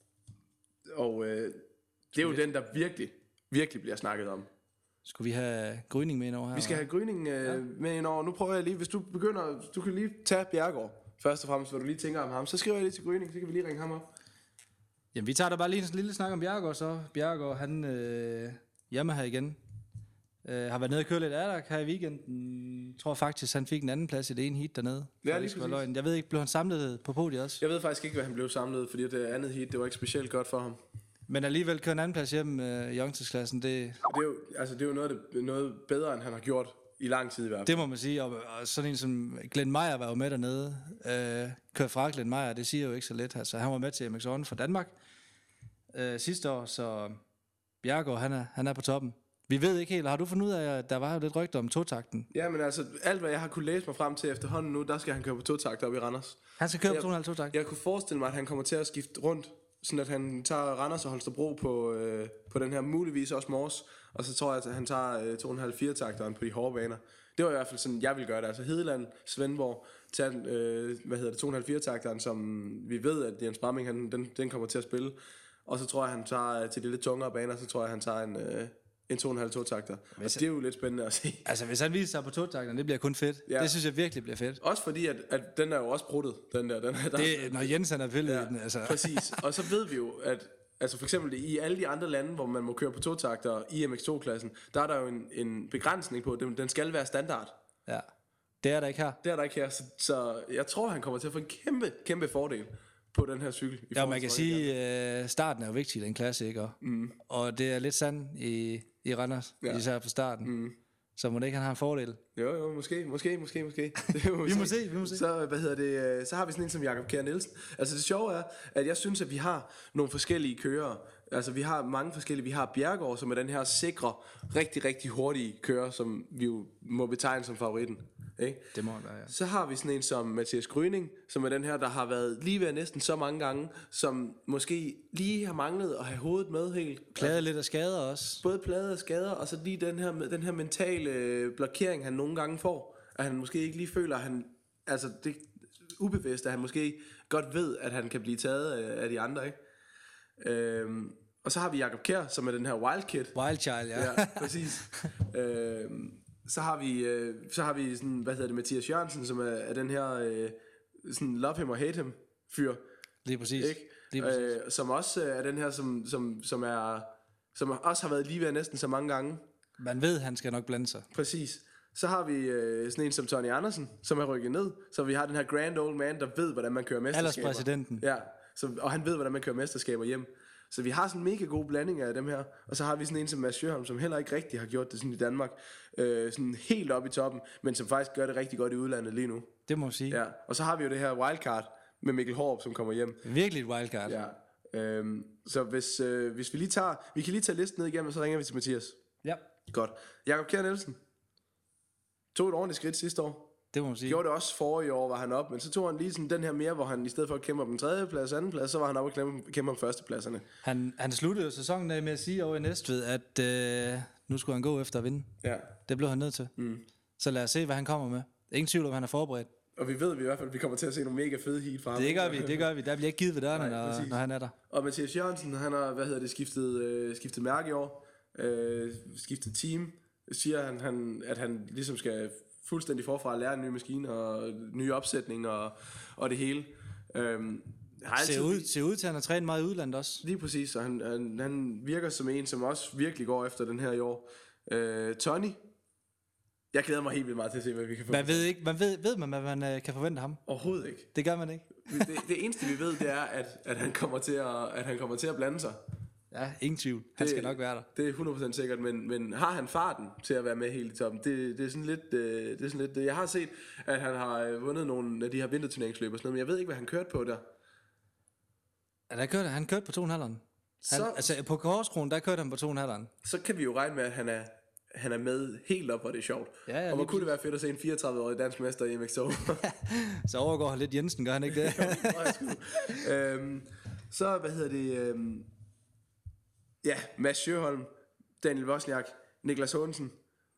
Og det er jo den, der virkelig bliver snakket om. Skulle vi have Gryning med ind over her? Vi skal have Gryning med ind over. Nu prøver jeg lige, hvis du begynder, du kan lige tage Bjerregaard først og fremmest, hvad du lige tænker om ham. Så skriver jeg lige til Gryning, så kan vi lige ringe ham op. Jamen, vi tager da bare lige en lille snak om Bjerregaard så. Bjerregaard, han hjemme her igen. Har været nede og køre lidt Adac her i weekenden. Tror faktisk, han fik en anden plads i det ene heat dernede. Ja, lige præcis. Jeg ved ikke, blev han samlet på podiet også? Jeg ved faktisk ikke, hvad han blev samlet, fordi det andet heat, det var ikke specielt godt for ham. Men alligevel kører en anden plads hjem i Youngsters-klassen. Det er jo noget bedre, end han har gjort i lang tid i hvert fald. Det må man sige, og sådan en som Glenn Meyer var jo med dernede. Kørt fra Glenn Meyer, det siger jo ikke så let. Altså, han var med til MX1 fra Danmark sidste år, så Bjerregaard, han er på toppen. Vi ved ikke helt, har du fundet ud af, at der var jo lidt rygter om totakten? Ja, men altså, alt hvad jeg har kunne læse mig frem til efterhånden nu, der skal han køre på totakt op i Randers. Han skal køre på 2,5 totakt? Jeg kunne forestille mig, at han kommer til at skifte rundt, sådan at han tager Randers og Holstebro på den her, muligvis også Mors, og så tror jeg, at han tager 2,5 takteren på de hårde baner. Det var i hvert fald sådan, jeg vil gøre det. Altså Hedeland, Svendborg, tage 2,5 takteren, som vi ved, at Jens Bramming, den kommer til at spille. Og så tror jeg, han tager til de lidt tungere baner, så tror jeg, han tager en 2,5 totakter. Og det er jo lidt spændende at se. Altså, hvis han viser sig på totakteren, det bliver kun fedt. Ja. Det synes jeg virkelig bliver fedt. Også fordi, at den er jo også bruttet, den der. Når Jensen er pillet i den, altså. Præcis. Og så ved vi jo, at altså for eksempel i alle de andre lande, hvor man må køre på totakter i MX2-klassen, der er der jo en begrænsning på, den skal være standard. Ja, det er der ikke her. Det er der ikke her, så jeg tror, han kommer til at få en kæmpe fordel på den her cykel. Ja, man kan sige, starten er jo vigtig i den klasse, ikke? Og det er lidt sandt i Randers, især på starten. Så må det ikke han har en fordel? Jo, måske. Vi må se. Så har vi sådan en som Jakob Kjær Nielsen. Altså det sjove er, at jeg synes, at vi har nogle forskellige kører. Altså vi har mange forskellige. Vi har Bjerregaard, som er den her sikre, rigtig, rigtig hurtige kører, som vi jo må betegne som favoritten. Ikke? Det må det være, ja. Så har vi sådan en som Mathias Gryning, som er den her, der har været lige ved næsten så mange gange, som måske lige har manglet at have hovedet med helt. Pladet lidt af skader også. Både pladet af skader, og så lige den her mentale blokering, han nogle gange får. At han måske ikke lige føler, at han, altså det ubevidst, at han måske godt ved, at han kan blive taget af de andre, ikke? Og så har vi Jakob Kjær, som er den her wild kid. Wild child, ja. Ja, præcis. Så har vi sådan, Mathias Jørgensen, som er den her sådan love him or hate him fyr. Lige præcis. Ikke? Som også er den her, som også har været lige ved næsten så mange gange. Man ved, han skal nok blande sig. Præcis. Så har vi sådan en som Tony Andersen, som er rykket ned. Så vi har den her grand old man, der ved, hvordan man kører mesterskaber. Alderspræsidenten. Ja, og han ved, hvordan man kører mesterskaber hjem. Så vi har sådan en mega god blanding af dem her. Og så har vi sådan en som Mads Sjøholm, som heller ikke rigtig har gjort det sådan i Danmark. Sådan helt op i toppen, men som faktisk gør det rigtig godt i udlandet lige nu. Det må man sige. Ja. Og så har vi jo det her wildcard med Mikkel Hårup, som kommer hjem. Virkelig et wildcard. Ja. Så hvis vi lige tager... Vi kan lige tage listen ned igennem, og så ringer vi til Mathias. Ja. Godt. Jakob Kjær Nielsen tog et ordentligt skridt sidste år. Det må man sige. Gjorde det også forrige år, var han op, men så tog han lige sådan den her mere, hvor han i stedet for at kæmpe om den 3. plads, 2. plads, så var han oppe og kæmpe om 1. pladserne. Han sluttede jo sæsonen af med at sige over i Næstved, at nu skulle han gå efter at vinde. Ja. Det blev han nødt til. Så lad os se, hvad han kommer med. Ingen tvivl om, han er forberedt. Og vi ved i hvert fald, at vi kommer til at se nogle mega fede heat fra ham. Det gør vi. Der bliver ikke givet ved dørene, når han er der. Og Mathias Jørgensen, han har, skiftet mærke i år. Skiftet team. Siger at han ligesom skal fuldstændig forfra at lære en ny maskine og nye opsætning og det hele. Ser ud til, at han har trænet meget i udlandet også. Lige præcis, og han virker som en, som også virkelig går efter den her i år. Tony, jeg glæder mig helt vildt meget til at se, hvad vi kan få. Ved man, hvad man kan forvente ham? Overhovedet ikke. Det gør man ikke. Det eneste vi ved, det er, at han kommer til at blande sig. Ja, ingen tvivl. Han skal nok være der. Det er 100% sikkert, men har han farten til at være med helt i toppen? Det er sådan lidt. Jeg har set, at han har vundet nogle af de her vinterturneringsløb og sådan noget, men jeg ved ikke, hvad han kørte på der. Ja, han kørte på 2,5'eren. Altså på Korskronen, der kørte han på 2,5'eren. Så kan vi jo regne med, at han er med helt op, hvor det er sjovt. Ja, og hvor kunne det være fedt at se en 34-årig dansk mester i MX2? Så overgår han lidt Jensen, gør han ikke det? Så, Mads Sjøholm, Daniel Wozniak, Niklas Hunsen,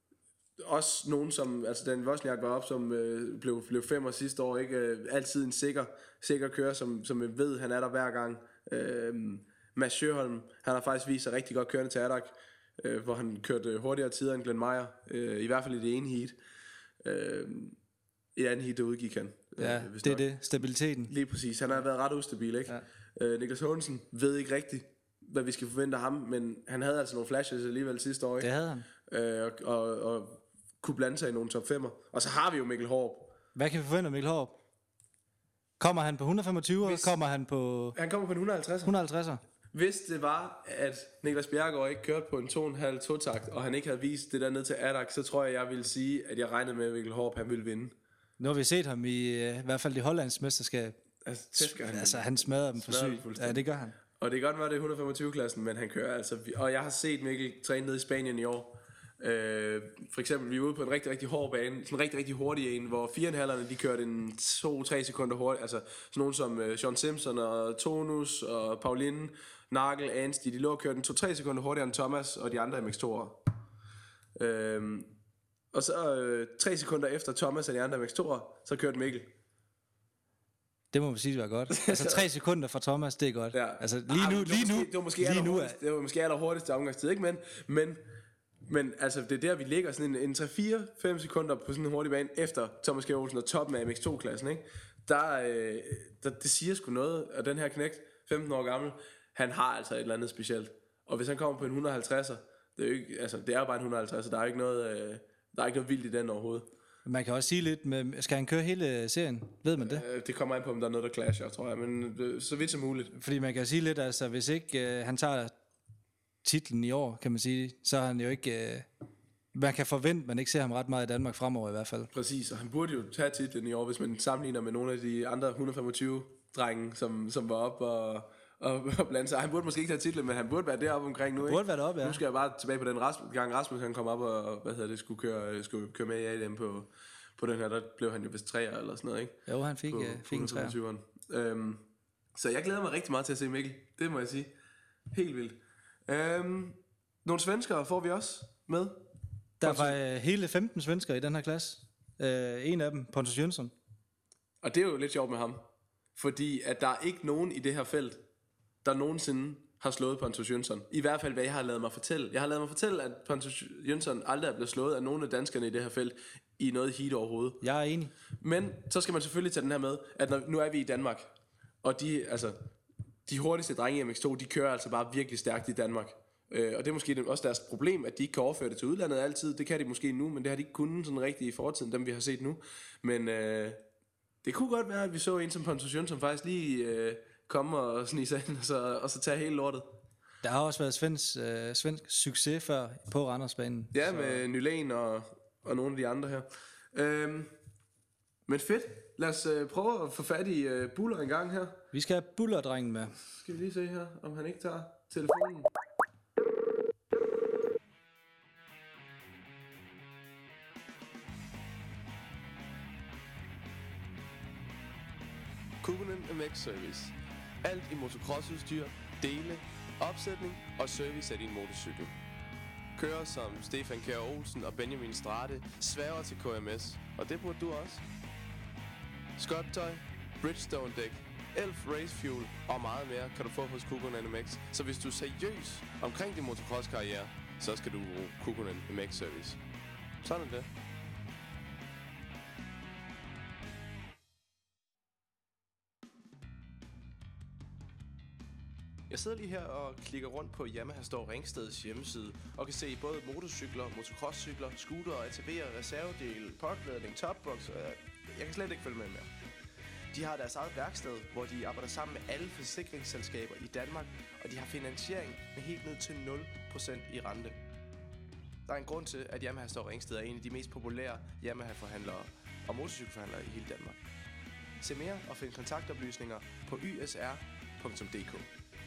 også nogen som, altså Dan Wozniak var op, som blev 5'er sidste år, ikke? Altid en sikker kører, som vi ved, han er der hver gang. Mads Sjöholm, han har faktisk vist sig rigtig godt kørende til ADAC, hvor han kørte hurtigere tider end Glenn Meyer, i hvert fald i det ene heat. I det andet heat, der udgik han. Ja, det er det. Stabiliteten. Lige præcis. Han har været ret ustabil, ikke? Ja. Niklas Hågensen ved ikke rigtigt, hvad vi skal forvente af ham, men han havde altså nogle flashes alligevel sidste år, ikke? Det havde han. Og kunne blande sig i nogle top 5'er. Og så har vi jo Mikkel Horup. Hvad kan vi forvente af Mikkel Horup? Kommer han på 125, eller kommer han på... Han kommer på en 150'er. 150'er. Hvis det var, at Niklas Bjerregaard ikke kørte på en 2,5 totakt, og han ikke havde vist det der ned til ADAC, så tror jeg ville sige, at jeg regnede med, at Mikkel Horup, han ville vinde. Nu har vi set ham i hvert fald i Hollands mesterskab. Altså, han smadrer dem for syg. Ja, det gør han. Og det kan godt være, det er 125-klassen, men han kører altså... Og jeg har set Mikkel træne ned i Spanien i år. For eksempel, vi er ude på en rigtig, rigtig hård bane. Sådan en rigtig, rigtig hurtig en, hvor 4,5'erne, de kørte en 2-3 sekunder hurtigt. Altså sådan nogen som Sean Simpson og Tonus og Pauline, Nagel, Anstey, de lå og kørte en 2-3 sekunder hurtigere end Thomas og de andre MX2'ere. Og så 3 sekunder efter Thomas og de andre MX2'ere, så kørte Mikkel. Det må man sige, det var godt. Altså 3 sekunder fra Thomas, det er godt. Ja. Altså det var måske allerhurtigste afgangstid, ikke? Men altså det er der vi ligger sådan en 3-4-5 sekunder på sådan en hurtig bane efter Thomas G. Olsen og toppen af MX2-klassen, ikke? Der det siger sgu noget, at den her knægt, 15 år gammel, han har altså et eller andet specielt. Og hvis han kommer på en 150'er, det er jo ikke, altså det er jo bare en 150'er, der er ikke noget vildt i den overhovedet. Man kan også sige lidt med, skal han køre hele serien? Ved man det? Det kommer an på, om der er noget, der clasher, tror jeg, men så vidt som muligt. Fordi man kan sige lidt, altså hvis ikke han tager titlen i år, kan man sige, så er han jo ikke... man kan forvente, man ikke ser ham ret meget i Danmark fremover i hvert fald. Præcis, og han burde jo tage titlen i år, hvis man sammenligner med nogle af de andre 125-drenge, som var op og blande sig. Han burde måske ikke tage titlen, men han burde være deroppe omkring nu, ikke? Burde være deroppe, ja. Nu skal jeg bare tilbage på den gang Rasmus han kom op og skulle køre med i ADM på den her, der blev han jo vist 3'er eller sådan noget, ikke? Jo, han fik en 3'er. Så jeg glæder mig rigtig meget til at se Mikkel, det må jeg sige. Helt vildt. Nogle svenskere får vi også med. Der var hele 15 svenskere i den her klasse. En af dem, Pontus Jönsson. Og det er jo lidt sjovt med ham. Fordi at der er ikke nogen i det her felt, der nogensinde har slået Pontus Jönsson. I hvert fald, hvad jeg har lavet mig fortælle. Jeg har lavet mig fortælle, at Pontus Jönsson aldrig er blevet slået af nogen af danskerne i det her felt i noget heat overhovedet. Jeg er enig. Men så skal man selvfølgelig tage den her med, at nu er vi i Danmark. Og de hurtigste drenge i MX2, de kører altså bare virkelig stærkt i Danmark. Og det er måske også deres problem, at de ikke kan overføre det til udlandet altid. Det kan de måske nu, men det har de ikke kunnet sådan rigtig i fortiden, dem vi har set nu. Men det kunne godt være, at vi så en som Pontus Jönsson faktisk lige komme og snige sig ind, og så tage hele lortet. Der har også været svensk succes før på Randersbanen. Ja, så. Med Nylén og nogle af de andre her. Men fedt. Lad os prøve at få fat i Buller en gang her. Vi skal have Buller-drengen med. Skal vi lige se her, om han ikke tager telefonen. Kukkonen MX Service. Alt i motocrossudstyr, dele, opsætning og service af din motorcykel. Kører som Stefan Kjær Olsen og Benjamin Strate sværger til KMS, og det burde du også. Skotøj, Bridgestone dæk, Elf Race Fuel og meget mere kan du få hos Kukkonen MX. Så hvis du er seriøs omkring din motocross-karriere, så skal du bruge Kukkonen MX Service. Sådan er det. Jeg sidder lige her og klikker rundt på Yamaha Store Ringsteds hjemmeside og kan se både motorcykler, motocrosscykler, scootere, ATV'er, reservedele, påklædning, topbox, og jeg kan slet ikke følge med mere. De har deres eget værksted, hvor de arbejder sammen med alle forsikringsselskaber i Danmark, og de har finansiering med helt ned til 0% i rente. Der er en grund til, at Yamaha Store Ringsted er en af de mest populære Yamaha-forhandlere og motorcykelforhandlere i hele Danmark. Se mere og find kontaktoplysninger på ysr.dk.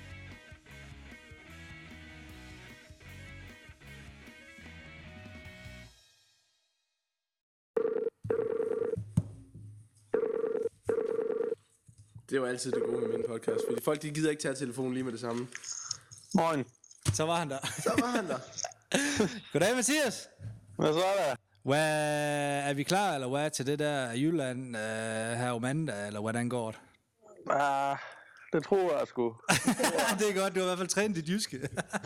Det er jo altid det gode med min podcast, fordi folk de gider ikke tage telefonen lige med det samme. Moin. Så var han der. Så var han der. Goddag, Mathias. Hvad så er der? Er vi klar, eller hvad, til det der Jylland her om mandag, eller hvordan går det? Det tror jeg sgu. Det er godt, du har i hvert fald trænet dit jyske.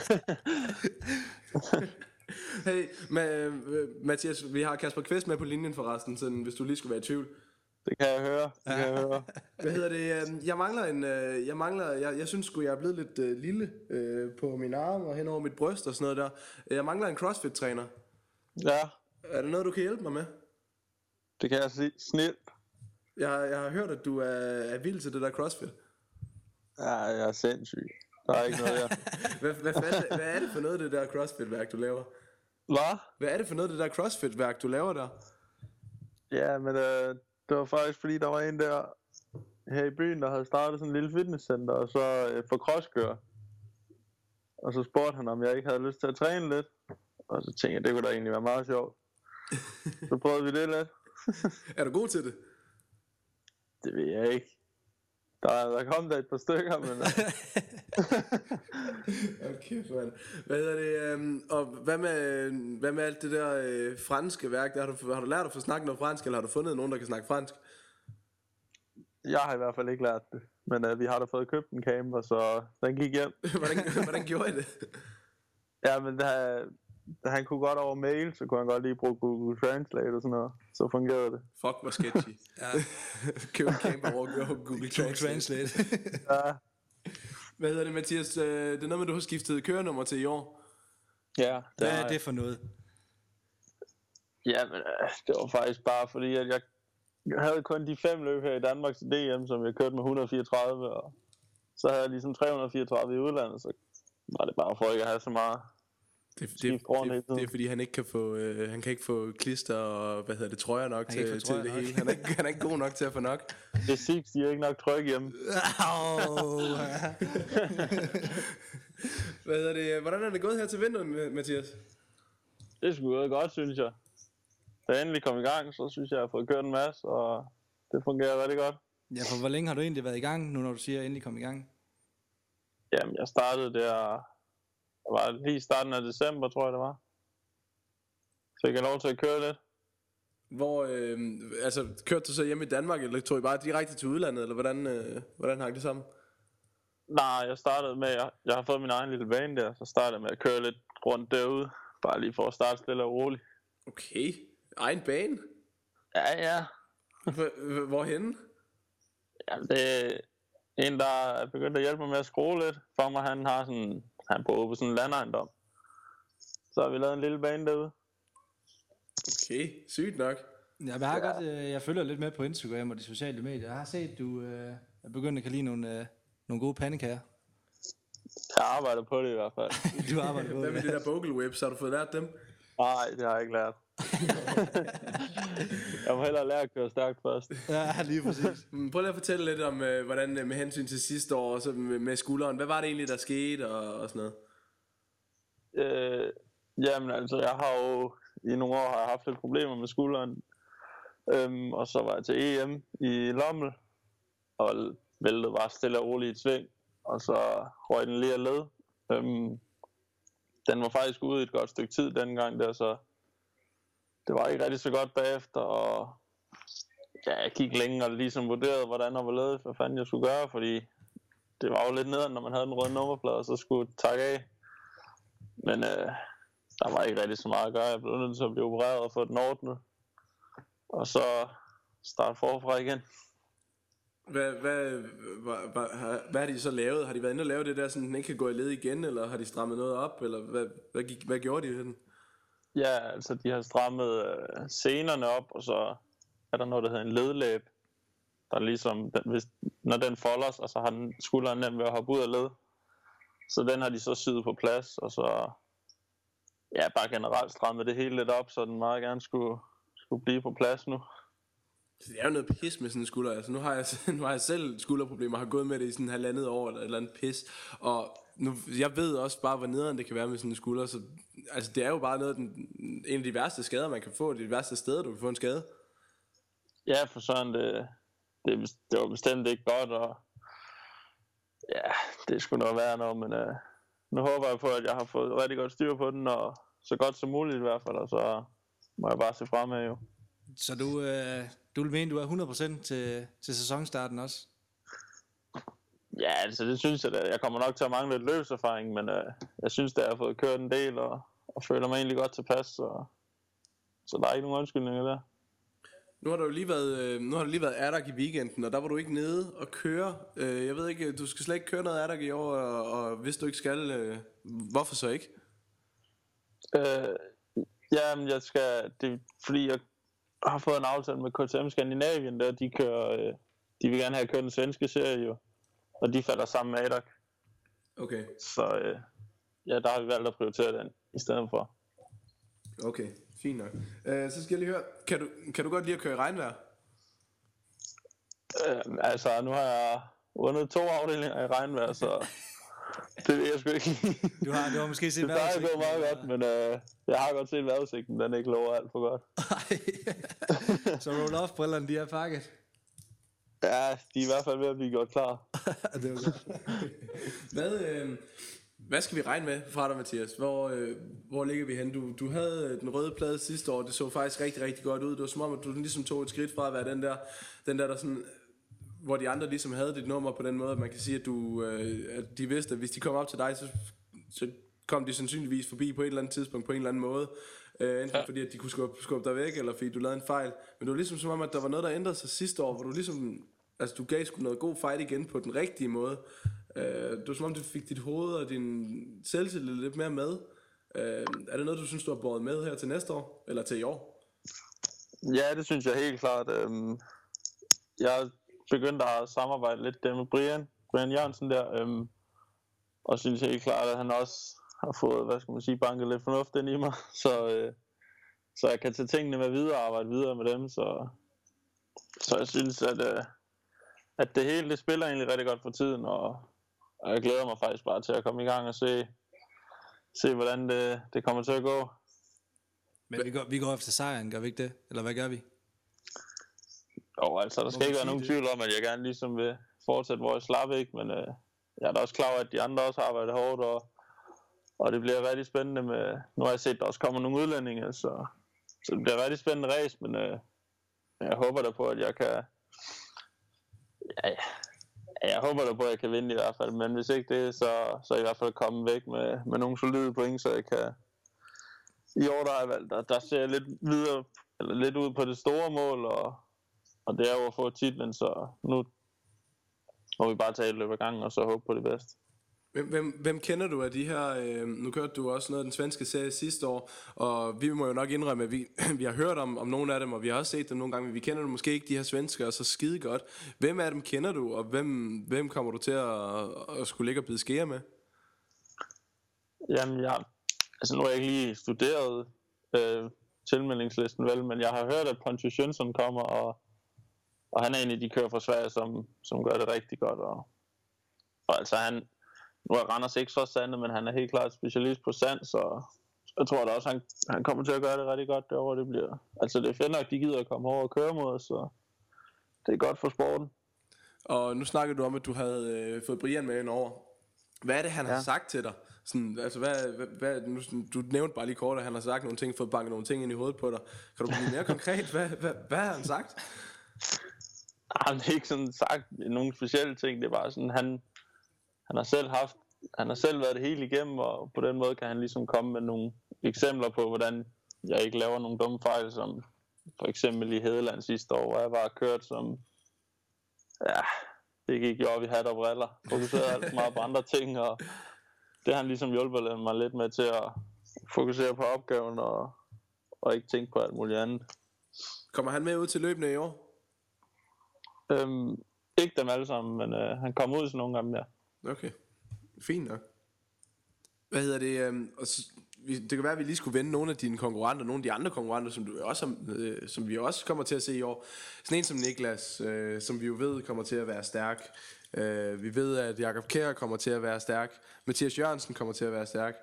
Hey, Mathias, vi har Kasper Kvist med på linjen forresten, så hvis du lige skulle være i tvivl. Det kan jeg høre. Hvad hedder det? Jeg synes sgu, jeg er blevet lidt lille på min arm og hen over mit bryst og sådan noget der. Jeg mangler en CrossFit-træner. Ja, Er der noget, du kan hjælpe mig med? det kan jeg sige. Snil. Jeg har hørt, at du er vild til det der CrossFit. Ja, jeg er sindssyg. Der er ikke noget, jeg... Hvad er det for noget, det der CrossFit-værk, du laver? Hvad? Hvad er det for noget, det der CrossFit-værk, du laver der? Ja, men det var faktisk fordi, der var en der her i byen, der havde startet sådan en lille fitnesscenter, og så for crosskør. Og så spurgte han, om jeg ikke havde lyst til at træne lidt. Og så tænkte jeg, det kunne da egentlig være meget sjovt. Så prøvede vi det lidt. Er du god til det? Det ved jeg ikke. Der kom der et par stykker, men... Okay, mand. Hvad hedder det? Og hvad med alt det der franske værk? Der har du lært at få snakket noget fransk, eller har du fundet nogen, der kan snakke fransk? Jeg har i hvert fald ikke lært det. Men vi har da fået købt en camper, så den gik hjem. Hvordan gjorde I det? Ja, men da han kunne godt over mail, så kunne han godt lige bruge Google Translate og sådan noget. Så fungerede det. Fuck, hvor sketchy. Ja. Køb en camper over Google Translate. Ja. Hvad hedder det, Mathias? Det er noget med, du har skiftet kørenummer til i år. Ja, Hvad er det for noget? Ja, men det var faktisk bare fordi, at jeg havde kun de 5 løb her i Danmark til DM, som jeg kørte med 134, og så havde jeg ligesom 334 i udlandet, så var det bare for ikke at have så meget. Det er fordi han ikke kan få han kan ikke få klister og trøjer nok til det hele. Han er ikke god nok til at få nok. Det Six, de er ikke nok tryg hjemme. Hvad hedder det? Hvordan er det gået her til vinteren, Mathias? Det er sgu gået godt, synes jeg. Da jeg endelig kom i gang, så synes jeg, at jeg har fået kørt en masse, og det fungerer rigtig godt. Ja, for hvor længe har du egentlig været i gang, nu når du siger, at endelig kom i gang? Jamen, jeg startede der... Det var lige i starten af december, tror jeg det var. Så jeg kan lov til at køre lidt. Hvor, kørte du så hjemme i Danmark, eller tog I bare direkte til udlandet, eller hvordan hang det sammen? Nej, jeg startede med, jeg har fået min egen lille bane der, så startede jeg med at køre lidt rundt derude. Bare lige for at starte stille og roligt. Okay, egen bane? Ja. Hvorhenne? Ja, det er en, der er begyndt at hjælpe mig med at skrue lidt. For mig, han bor på sådan en landejendom. Så har vi lavet en lille bane derude. Okay, sygt nok. Jeg følger lidt med på Instagram og de sociale medier. Jeg har set, du er begyndt at kan lide nogle gode pandekager. Jeg arbejder på det i hvert fald. Du arbejder på det. Hvad med det der Bogle Whips? Har du fået lært dem? Nej, det har jeg ikke lært. Jeg må hellere lære at køre stærkt først. Ja, lige præcis. Prøv lige at fortælle lidt om, hvordan med hensyn til sidste år, så med skulderen. Hvad var det egentlig, der skete og sådan noget? Jamen altså, jeg har jo i nogle år har jeg haft lidt problemer med skulderen. Og så var jeg til EM i Lommel, og væltede bare stille og roligt i et sving. Og så røg den lige af led. Den var faktisk ude i et godt stykke tid dengang der, så det var ikke rigtig så godt bagefter, og ja, jeg gik længe og ligesom vurderede, hvordan og hvorledes, hvad fanden jeg skulle gøre, fordi det var jo lidt nederen, når man havde den røde nummerplade, og så skulle takke af. Men der var ikke rigtig så meget at gøre. Jeg blev nødt til at blive opereret og få den ordnet, og så starte forfra igen. Hvad har de så lavet? Har de været inde og lave det der, så den ikke kan gå i led igen, eller har de strammet noget op, eller hvad gjorde de ved den? Ja, altså de har strammet senerne op, og så er der noget, der hedder en ledlæb, der ligesom, når den folder sig, så har den skulderen nemt ved at hoppe ud af led. Så den har de så syet på plads, og så ja, bare generelt strammet det hele lidt op, så den meget gerne skulle blive på plads nu. Det er jo noget pis med sådan en skulder. Altså, nu har jeg selv skulderproblemer, har gået med det i sådan 1,5 år eller et eller andet pis. Og nu, jeg ved også bare, hvor nederen det kan være med sådan en skulder. Så altså, det er jo bare noget en af de værste skader, man kan få. Det værste steder, du kan få en skade. Ja, for sådan det var bestemt ikke godt, og ja, det skulle nok være noget, men nu håber jeg på, at jeg har fået rigtig godt styr på den, og så godt som muligt i hvert fald, og så må jeg bare se frem med jo. Så du vil mene, du er 100% til sæsonstarten også? Ja, altså det synes jeg da. Jeg kommer nok til at mangle lidt løbserfaring, men jeg synes, at jeg har fået kørt en del, og føler mig egentlig godt tilpas, så der er ikke nogen undskyldninger der. Nu har der lige været Ærdag i weekenden, og der var du ikke nede og køre. Jeg ved ikke, du skal slet ikke køre noget Ærdag i år, og hvis du ikke skal, hvorfor så ikke? Jamen, det er fordi, jeg har fået en aftale med KTM Skandinavien, der de vil gerne have kørt den svenske serie jo, og de falder sammen med Ærdag. Okay. Så der har vi valgt at prioritere den i stedet for. Okay, fint nok. Så skal jeg lige høre, kan du godt lide at køre i regnvejr? Altså, nu har jeg vundet 2 afdelinger i regnvejr, så det ved jeg sgu ikke. Du har måske set vejrudsigten. Det plejer at gå meget godt, men jeg har godt set vejrudsigten, den ikke lover alt for godt. Så roll-off-brillerne, de er pakket? Ja, de er i hvert fald ved at blive gjort klar. Det var godt. Hvad skal vi regne med fra dig, Mathias? Hvor ligger vi hen? Du havde den røde plade sidste år. Det så faktisk rigtig, rigtig godt ud. Det var som om, at du ligesom tog et skridt fra at være den der sådan, hvor de andre ligesom havde dit nummer på den måde, at man kan sige, at de vidste, at hvis de kom op til dig, så kom de sandsynligvis forbi på et eller andet tidspunkt, på en eller anden måde. Enten fordi, at de kunne skubbe dig væk, eller fordi du lavede en fejl. Men det var ligesom som om, at der var noget, der ændrede sig sidste år, hvor du ligesom, altså du gav sgu noget god fight igen på den rigtige måde. Det var som om, du fik dit hoved og din selvtillid lidt mere med. Er det noget, du synes, du har båret med her til næste år, eller til i år? Ja, det synes jeg helt klart. Jeg begyndte at samarbejde lidt med Brian Jørgensen der, og synes helt klart, at han også har fået, banket lidt fornuft ind i mig, så jeg kan tage tingene med videre og arbejde videre med dem, så jeg synes, at det hele det spiller egentlig rigtig godt for tiden, og jeg glæder mig faktisk bare til at komme i gang og se hvordan det kommer til at gå. Men vi går efter sejren, gør vi ikke det? Eller hvad gør vi? Jo, altså der skal ikke være nogen tvivl om, at jeg gerne ligesom vil fortsætte, hvor jeg slap, ikke? Men jeg er da også klar over, at de andre også har arbejdet hårdt, og det bliver rigtig spændende med, nu har jeg set, at der også kommer nogle udlændinge, så det bliver rigtig spændende race, men jeg håber da på, at jeg kan, jeg håber da på, at jeg kan vinde i hvert fald, men hvis ikke det, så i hvert fald komme væk med nogle solide point, så jeg kan, i år der har jeg valgt, der ser jeg lidt videre, eller lidt ud på det store mål, og det er jo at få titlen, så nu må vi bare tage et løb ad gangen, og så håbe på det bedste. Hvem kender du af de her, nu kørte du også noget af den svenske serie sidste år, og vi må jo nok indrømme, at vi har hørt om nogle af dem, og vi har også set dem nogle gange, men vi kender du måske ikke de her svenskere så skide godt. Hvem af dem kender du, og hvem kommer du til at skulle ligge og bide skære med? Jamen, nu har jeg ikke lige studeret tilmeldingslisten vel, men jeg har hørt, at Pontus Jönsson kommer, og han er en af de kører fra Sverige, som gør det rigtig godt, og altså nu er Randers ikke så sandet, men han er helt klart specialist på sand, så jeg tror da også, han kommer til at gøre det rigtig godt derovre. Det bliver, altså det er fedt nok, de gider at komme over og køre mod os, så det er godt for sporten. Og nu snakkede du om, at du havde fået Brian med ind over. Hvad er det, han har sagt til dig? Sådan, altså, du nævnte bare lige kort, at han har sagt nogle ting, fået banket nogle ting ind i hovedet på dig. Kan du blive mere konkret? Hvad har han sagt? Han har ikke sådan sagt nogle specielle ting. Det er bare sådan, han har selv været det hele igennem, og på den måde kan han ligesom komme med nogle eksempler på, hvordan jeg ikke laver nogle dumme fejl, som for eksempel i Hedeland sidste år, hvor jeg var kørt som, det gik jo op i hat og briller, fokuserede alt for meget på andre ting, og det har han ligesom hjulpet mig lidt med til at fokusere på opgaven, og ikke tænke på alt muligt andet. Kommer han med ud til løbende i år? Ikke dem alle sammen, men han kommer ud til nogle af dem, ja. Okay, fint nok. Hvad hedder det? Det kan være, at vi lige skulle vende nogle af dine konkurrenter, nogle af de andre konkurrenter, som vi også kommer til at se i år. Sådan en som Niklas, som vi jo ved kommer til at være stærk. Vi ved, at Jakob Kjær kommer til at være stærk. Mathias Jørgensen kommer til at være stærk.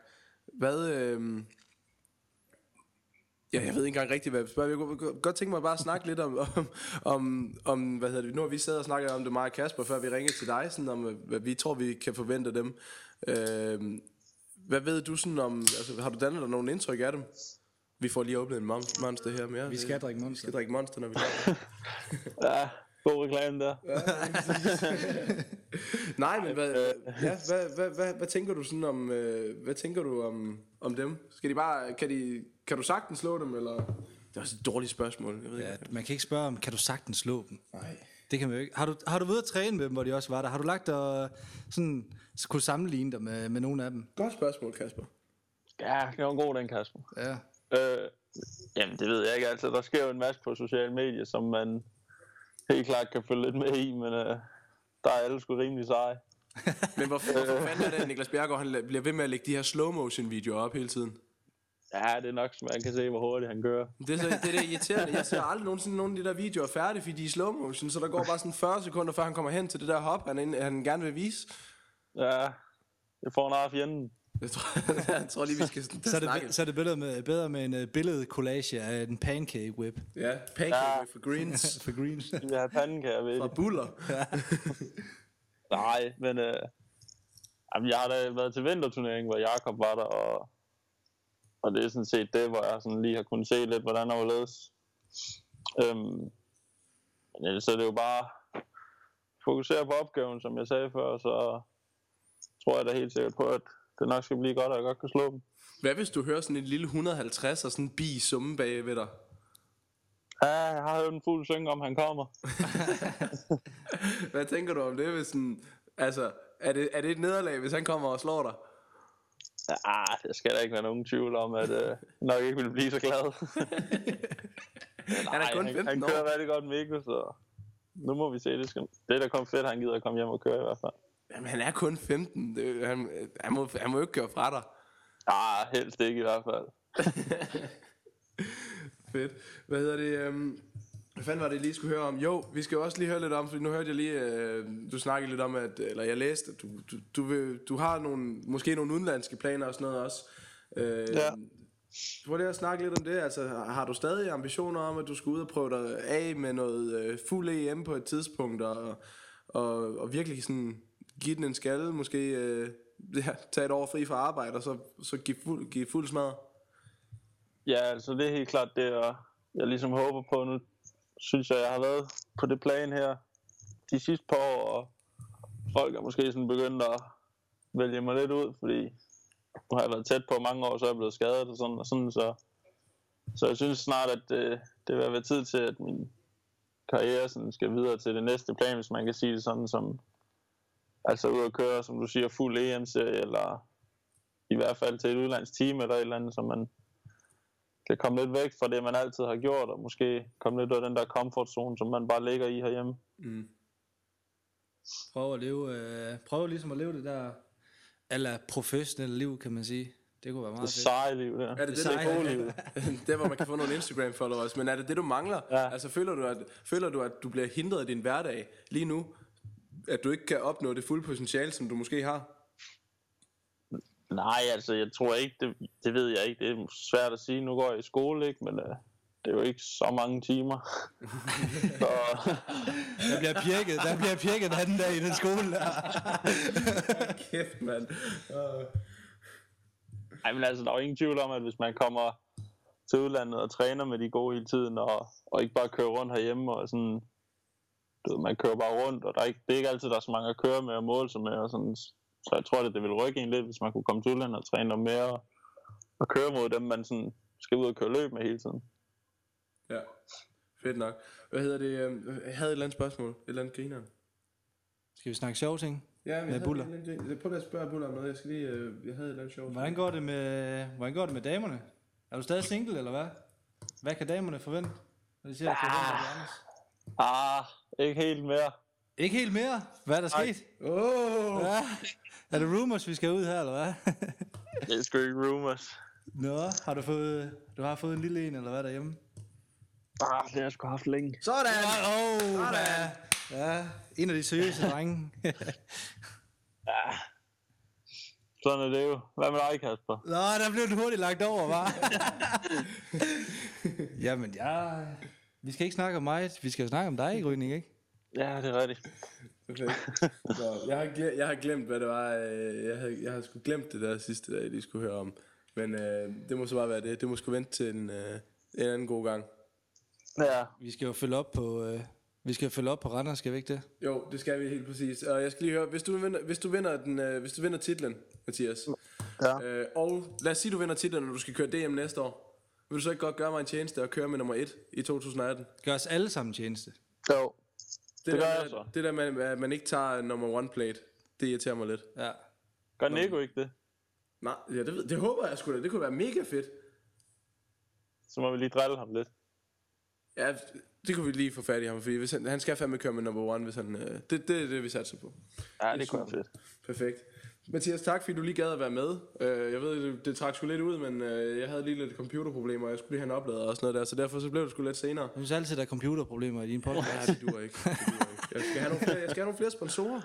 Jeg ved ikke engang rigtigt, hvad jeg spørger. Jeg kunne godt tænke mig bare at snakke lidt om hvad hedder det? Nu har vi siddet og snakket om det, mig og Kasper, før vi ringede til dig, sådan om, hvad vi tror, vi kan forvente af dem. Hvad ved du sådan om, altså har du dannet dig nogle indtryk af dem? Vi får lige åbnet en monster her mere. Vi skal drikke Vi Monster. skal drikke monster, når vi laver det. Ja, god reklame der. Nej, men hvad tænker du sådan om hvad tænker du om dem? Skal de bare kan du sagtens slå dem, eller? Det er også et dårligt spørgsmål. Jeg ved Ja, ikke. man kan ikke spørge om, kan du sagtens slå dem? Nej. Det kan man jo ikke. Har du været at træne med dem, hvor de også var der? Har du lagt dig sådan, så kunne sammenligne dig med nogle af dem? Godt spørgsmål, Kasper. Ja, det var en god den, Kasper. Ja. Jamen, det ved jeg ikke. Altså, der sker jo en masse på sociale medier, som man helt klart kan følge lidt med i, men der er alle sgu rimelig seje. Men hvorfor fanden er det, at Niklas Bjerregaard han bliver ved med at lægge de her slow motion videoer op hele tiden? Ja, det er nok, så man kan se, hvor hurtigt han kører. Det er det irriterende. Jeg ser aldrig nogensinde nogen af de der videoer færdige, fordi de er i slow motion, så der går bare sådan 40 sekunder, før han kommer hen til det der hop, han gerne vil vise. Ja, det får en fjenden. Jeg tror lige, vi skal snakke. Så er det bedre med en billedcollage af en pancake whip. Ja, pancake for greens. For greens. Vi har pandekager, ved Fra det. buller. Nej, men jamen, jeg har da været til vinterturnering, hvor Jakob var der, og det er sådan set det, hvor jeg sådan lige har kunnet se lidt, hvordan der var ledes. Men ellers er det jo bare fokusere på opgaven, som jeg sagde før, så tror jeg da helt sikkert på, at det nok skal blive godt, og jeg godt kan slå dem. Hvad hvis du hører sådan en lille 150 og sådan en bi summe bag ved dig? Ja, jeg har hørt en fuld synge om, han kommer. Hvad tænker du om det? Hvis sådan, altså, er det et nederlag, hvis han kommer og slår dig? Ja, det skal der ikke være nogen tvivl om, at nok ikke vil blive så glad. Han er kun 15 han år. kører rigtig godt Mikkel, så nu må vi se. Det er da kun fedt, han gider at komme hjem og køre i hvert fald. Jamen, han er kun 15. Han må jo ikke køre fra dig. Helst ikke i hvert fald. Fedt. Hvad hedder det? Hvad fanden var det, jeg lige skulle høre om? Jo, vi skal jo også lige høre lidt om, fordi nu hørte jeg lige, du snakkede lidt om, eller jeg læste, at du har måske nogle udenlandske planer og sådan noget også. Ja. Prøv lige at snakke lidt om det. Altså, har du stadig ambitioner om, at du skal ud og prøve dig af med noget fuld EM på et tidspunkt, og virkelig sådan give den en skalle, måske tage et år fri fra arbejde, og så give fuld smadre? Ja, altså det er helt klart det, jeg ligesom håber på. Nu synes jeg har været på det plan her de sidste par år, og folk er måske sådan begyndt at vælge mig lidt ud, fordi nu har jeg været tæt på mange år, så er jeg blevet skadet og sådan, så jeg synes snart, at det vil være tid til, at min karriere sådan skal videre til det næste plan, hvis man kan sige det sådan, som altså ud at køre, som du siger, fuld EM-serie, eller i hvert fald til et udlandsteam eller et eller andet, så man kan komme lidt væk fra det, man altid har gjort, og måske komme lidt ud af den der comfort zone, som man bare ligger i herhjemme. Mm. Prøv ligesom at leve det der eller professionelle liv, kan man sige. Det kunne være meget Det fedt. seje liv der. Er det seje gode liv? Det hvor man kan få nogle Instagram followers. Men er det du mangler? Ja. Altså føler du at du bliver hindret i din hverdag lige nu, at du ikke kan opnå det fulde potentiale, som du måske har? Nej, altså jeg tror ikke, det ved jeg ikke. Det er svært at sige. Nu går jeg i skole, ikke? Men det er jo ikke så mange timer. Så, Der bliver pirket den anden dag i den skole der. Kæft, mand. ej, men altså, der er jo ingen tvivl om, at hvis man kommer til udlandet og træner med de gode hele tiden, og ikke bare kører rundt herhjemme, og sådan, du ved, man kører bare rundt, og det er ikke altid, der er så mange at køre med og måle sig med, og sådan, så jeg tror, det vil rykke en lidt, hvis man kunne komme til udlandet og træne noget mere, og køre mod dem, man sådan skal ud og køre løb med hele tiden. Ja, fedt nok. Hvad hedder det? Jeg havde et eller andet spørgsmål. Et eller andet grineren. Skal vi snakke sjove ting? Ja, Med Buller. Prøv at spørge Buller om noget. Jeg havde et eller andet sjovt. Hvordan går det med damerne? Er du stadig single, eller hvad? Hvad kan damerne forvente, når de siger, at det er Anders? Ikke helt mere. Ikke helt mere? Hvad er der sket? Ja. Er det rumors, vi skal ud her, eller hvad? Det er sgu ikke rumors. Nå, du har fået en lille en, eller hvad derhjemme? Det har jeg sgu haft længe. Sådan! Sådan! Ja, en af de seriøse drenge. Sådan er det jo. Hvad med dig, Kasper? Nå, der blev den hurtigt lagt over, hva'? Jamen, vi skal ikke snakke om mig, vi skal jo snakke om dig, ikke, Rygning, ikke? Ja, det er rigtigt. Okay. Så, jeg har glemt, hvad det var. Jeg har sgu glemt det der sidste, der I lige skulle høre om. Men det må så bare være det. Det må sgu vente til en anden god gang. Ja, Vi skal jo følge op på Randers, skal vi ikke det? Jo, det skal vi helt præcis. Og jeg skal lige høre, hvis du vinder titlen, Mathias, ja. og lad os sige, du vinder titlen, når du skal køre DM næste år, vil du så ikke godt gøre mig en tjeneste og køre med nummer 1 i 2018? Gør os alle sammen tjeneste. Jo, det gør jeg så. Det der med, at man ikke tager nummer 1 plate, det irriterer mig lidt. Ja. Gør Nico ikke det? Nej, ja, det håber jeg sgu da. Det kunne være mega fedt. Så må vi lige drille ham lidt. Ja, det kunne vi lige få fat i ham, fordi hvis han skal fandme køre med number 1, hvis han, det er det, vi satser på. Ja, det kunne være fedt. Perfekt. Mathias, tak fordi du lige gad at være med. Jeg ved, det trak sgu lidt ud, men jeg havde lige lidt computerproblemer, og jeg skulle lige have en oplader og sådan noget der, så derfor så blev det sgu lidt senere. Jeg synes altid, der er computerproblemer i din podcast. Ja, det duer ikke. Jeg skal have nogle flere sponsorer.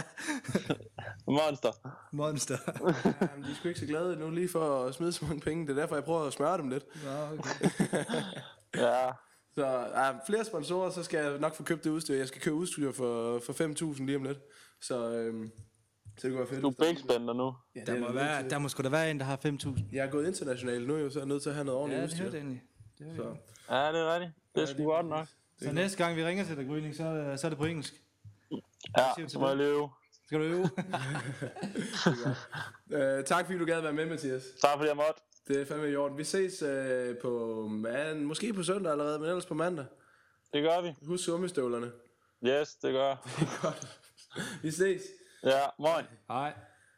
Monster. Jamen, de er sgu ikke så glade nu lige for at smide så mange penge. Det er derfor, jeg prøver at smøre dem lidt. Nå, okay. Ja. Så flere sponsorer, så skal jeg nok få købt det udstyr. Jeg skal købe udstyr for 5.000 lige om lidt. Så det kunne være fedt. Du er big spender nu. Ja, Der må sgu da være en, der har 5.000. Jeg er gået internationalt nu, så er jeg nødt til at have noget ordentligt Ja, udstyr. det egentlig. Så. Ja, det er rigtigt. Det er sgu godt nok. Så næste gang vi ringer til dig, Gryning, så er det på engelsk. Ja, så må jeg løbe. Skal du øve? Tak fordi du gad være med, Mathias. Tak fordi jeg måtte. Det er fandme i orden. Vi ses måske på søndag allerede, men ellers på mandag. Det gør vi. Husk summestøvlerne. Yes, det gør jeg. Godt. Vi ses. Ja, moin. Hej.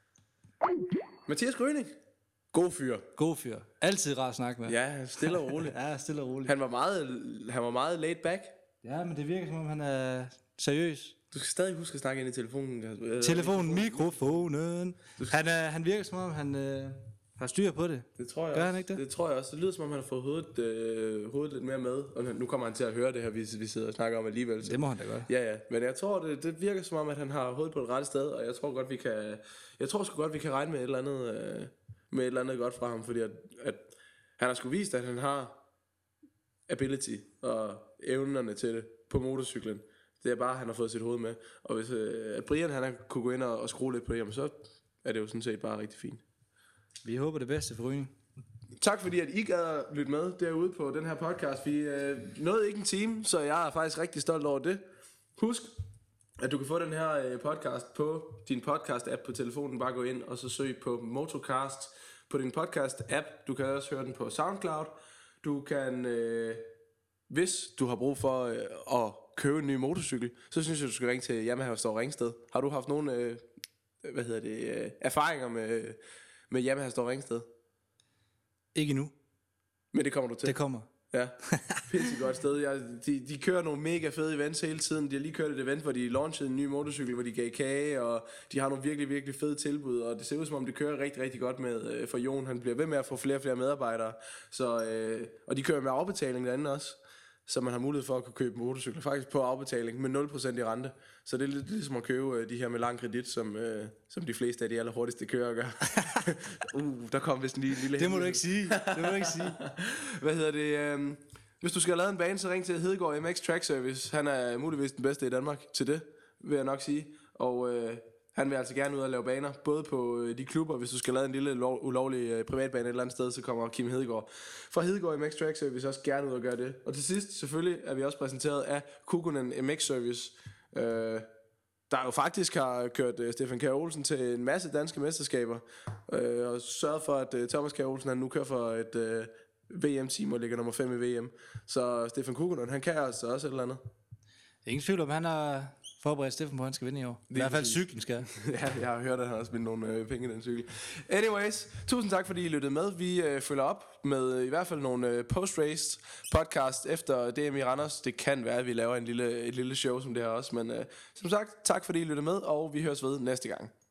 Mathias Gryning. God fyr. God fyr. Altid rar at snakke med. Ja, stille og roligt. Ja, stille og roligt. Han var meget laid back. Ja, men det virker som om, han er seriøs. Du skal stadig huske at snakke ind i telefonen. Telefonen, mikrofonen. Han virker som om, han har styr på det. Det tror jeg Gør også. han ikke det? Det tror jeg også. Det lyder som om, han har fået hovedet lidt mere med. Og nu kommer han til at høre det her, vi sidder og snakker om alligevel. Så. Det må han da gøre. Ja. Men jeg tror, det virker som om, at han har hovedet på det rette sted. Og jeg tror godt, vi kan regne med et eller andet godt fra ham. Fordi at han har sgu vist, at han har ability og evnerne til det på motorcyklen. Det er bare, at han har fået sit hoved med. Og hvis at Brian han kunne gå ind og skrue lidt på det, så er det jo sådan set bare rigtig fint. Vi håber det bedste for Gryning. Tak fordi at I gad at lytte med derude på den her podcast. Vi nåede ikke en time, så jeg er faktisk rigtig stolt over det. Husk, at du kan få den her podcast på din podcast-app på telefonen. Bare gå ind og så søg på Motocast på din podcast-app. Du kan også høre den på SoundCloud. Du kan, hvis du har brug for at købe en ny motorcykel, så synes jeg, du skal ringe til Yamaha Store Ringsted. Har du haft nogle erfaringer med Yamaha Store Ringsted? Ikke nu. Men det kommer du til. Det kommer. Ja, pisse godt sted. De kører nogle mega fede events hele tiden. De har lige kørt et event, hvor de launchede en ny motorcykel, hvor de gav kage, og de har nogle virkelig, virkelig fede tilbud, og det ser ud som om, det kører rigtig, rigtig godt med for Jon. Han bliver ved med at få flere og flere medarbejdere, så, og de kører med afbetaling derinde også, så man har mulighed for at kunne købe motorcykler faktisk på afbetaling med 0% i rente. Så det er lidt ligesom at købe de her med lang kredit, som de fleste af de allerhurtigste kører gør. Der kom vist en lille Det må du ikke sige. Hvad hedder det? Hvis du skal have lavet en bane, så ring til Hedegaard MX Track Service. Han er muligvis den bedste i Danmark til det, vil jeg nok sige. Og han vil altså gerne ud og lave baner, både på de klubber. Hvis du skal lave en lille ulovlig privatbane et eller andet sted, så kommer Kim Hedegaard fra Hedegaard MX Track Service også gerne ud og gøre det. Og til sidst, selvfølgelig, er vi også præsenteret af Kukkonen MX Service, der jo faktisk har kørt Stefan Kjær Olsen til en masse danske mesterskaber, og sørget for, at Thomas Kjær Olsen han nu kører for et VM-team og ligger nummer 5 i VM. Så Stefan Kukkonen, han kan altså også et eller andet. Ingen tvivl om, han har forberedt Steffen på, at han skal vinde i år. I hvert fald cyklen skal. Ja, jeg har hørt, at han har spillet nogle penge i den cykel. Anyways, tusind tak, fordi I lyttede med. Vi følger op med i hvert fald nogle post-race podcast efter DM i Randers. Det kan være, at vi laver et lille show som det her også. Men som sagt, tak fordi I lyttede med, og vi høres ved næste gang.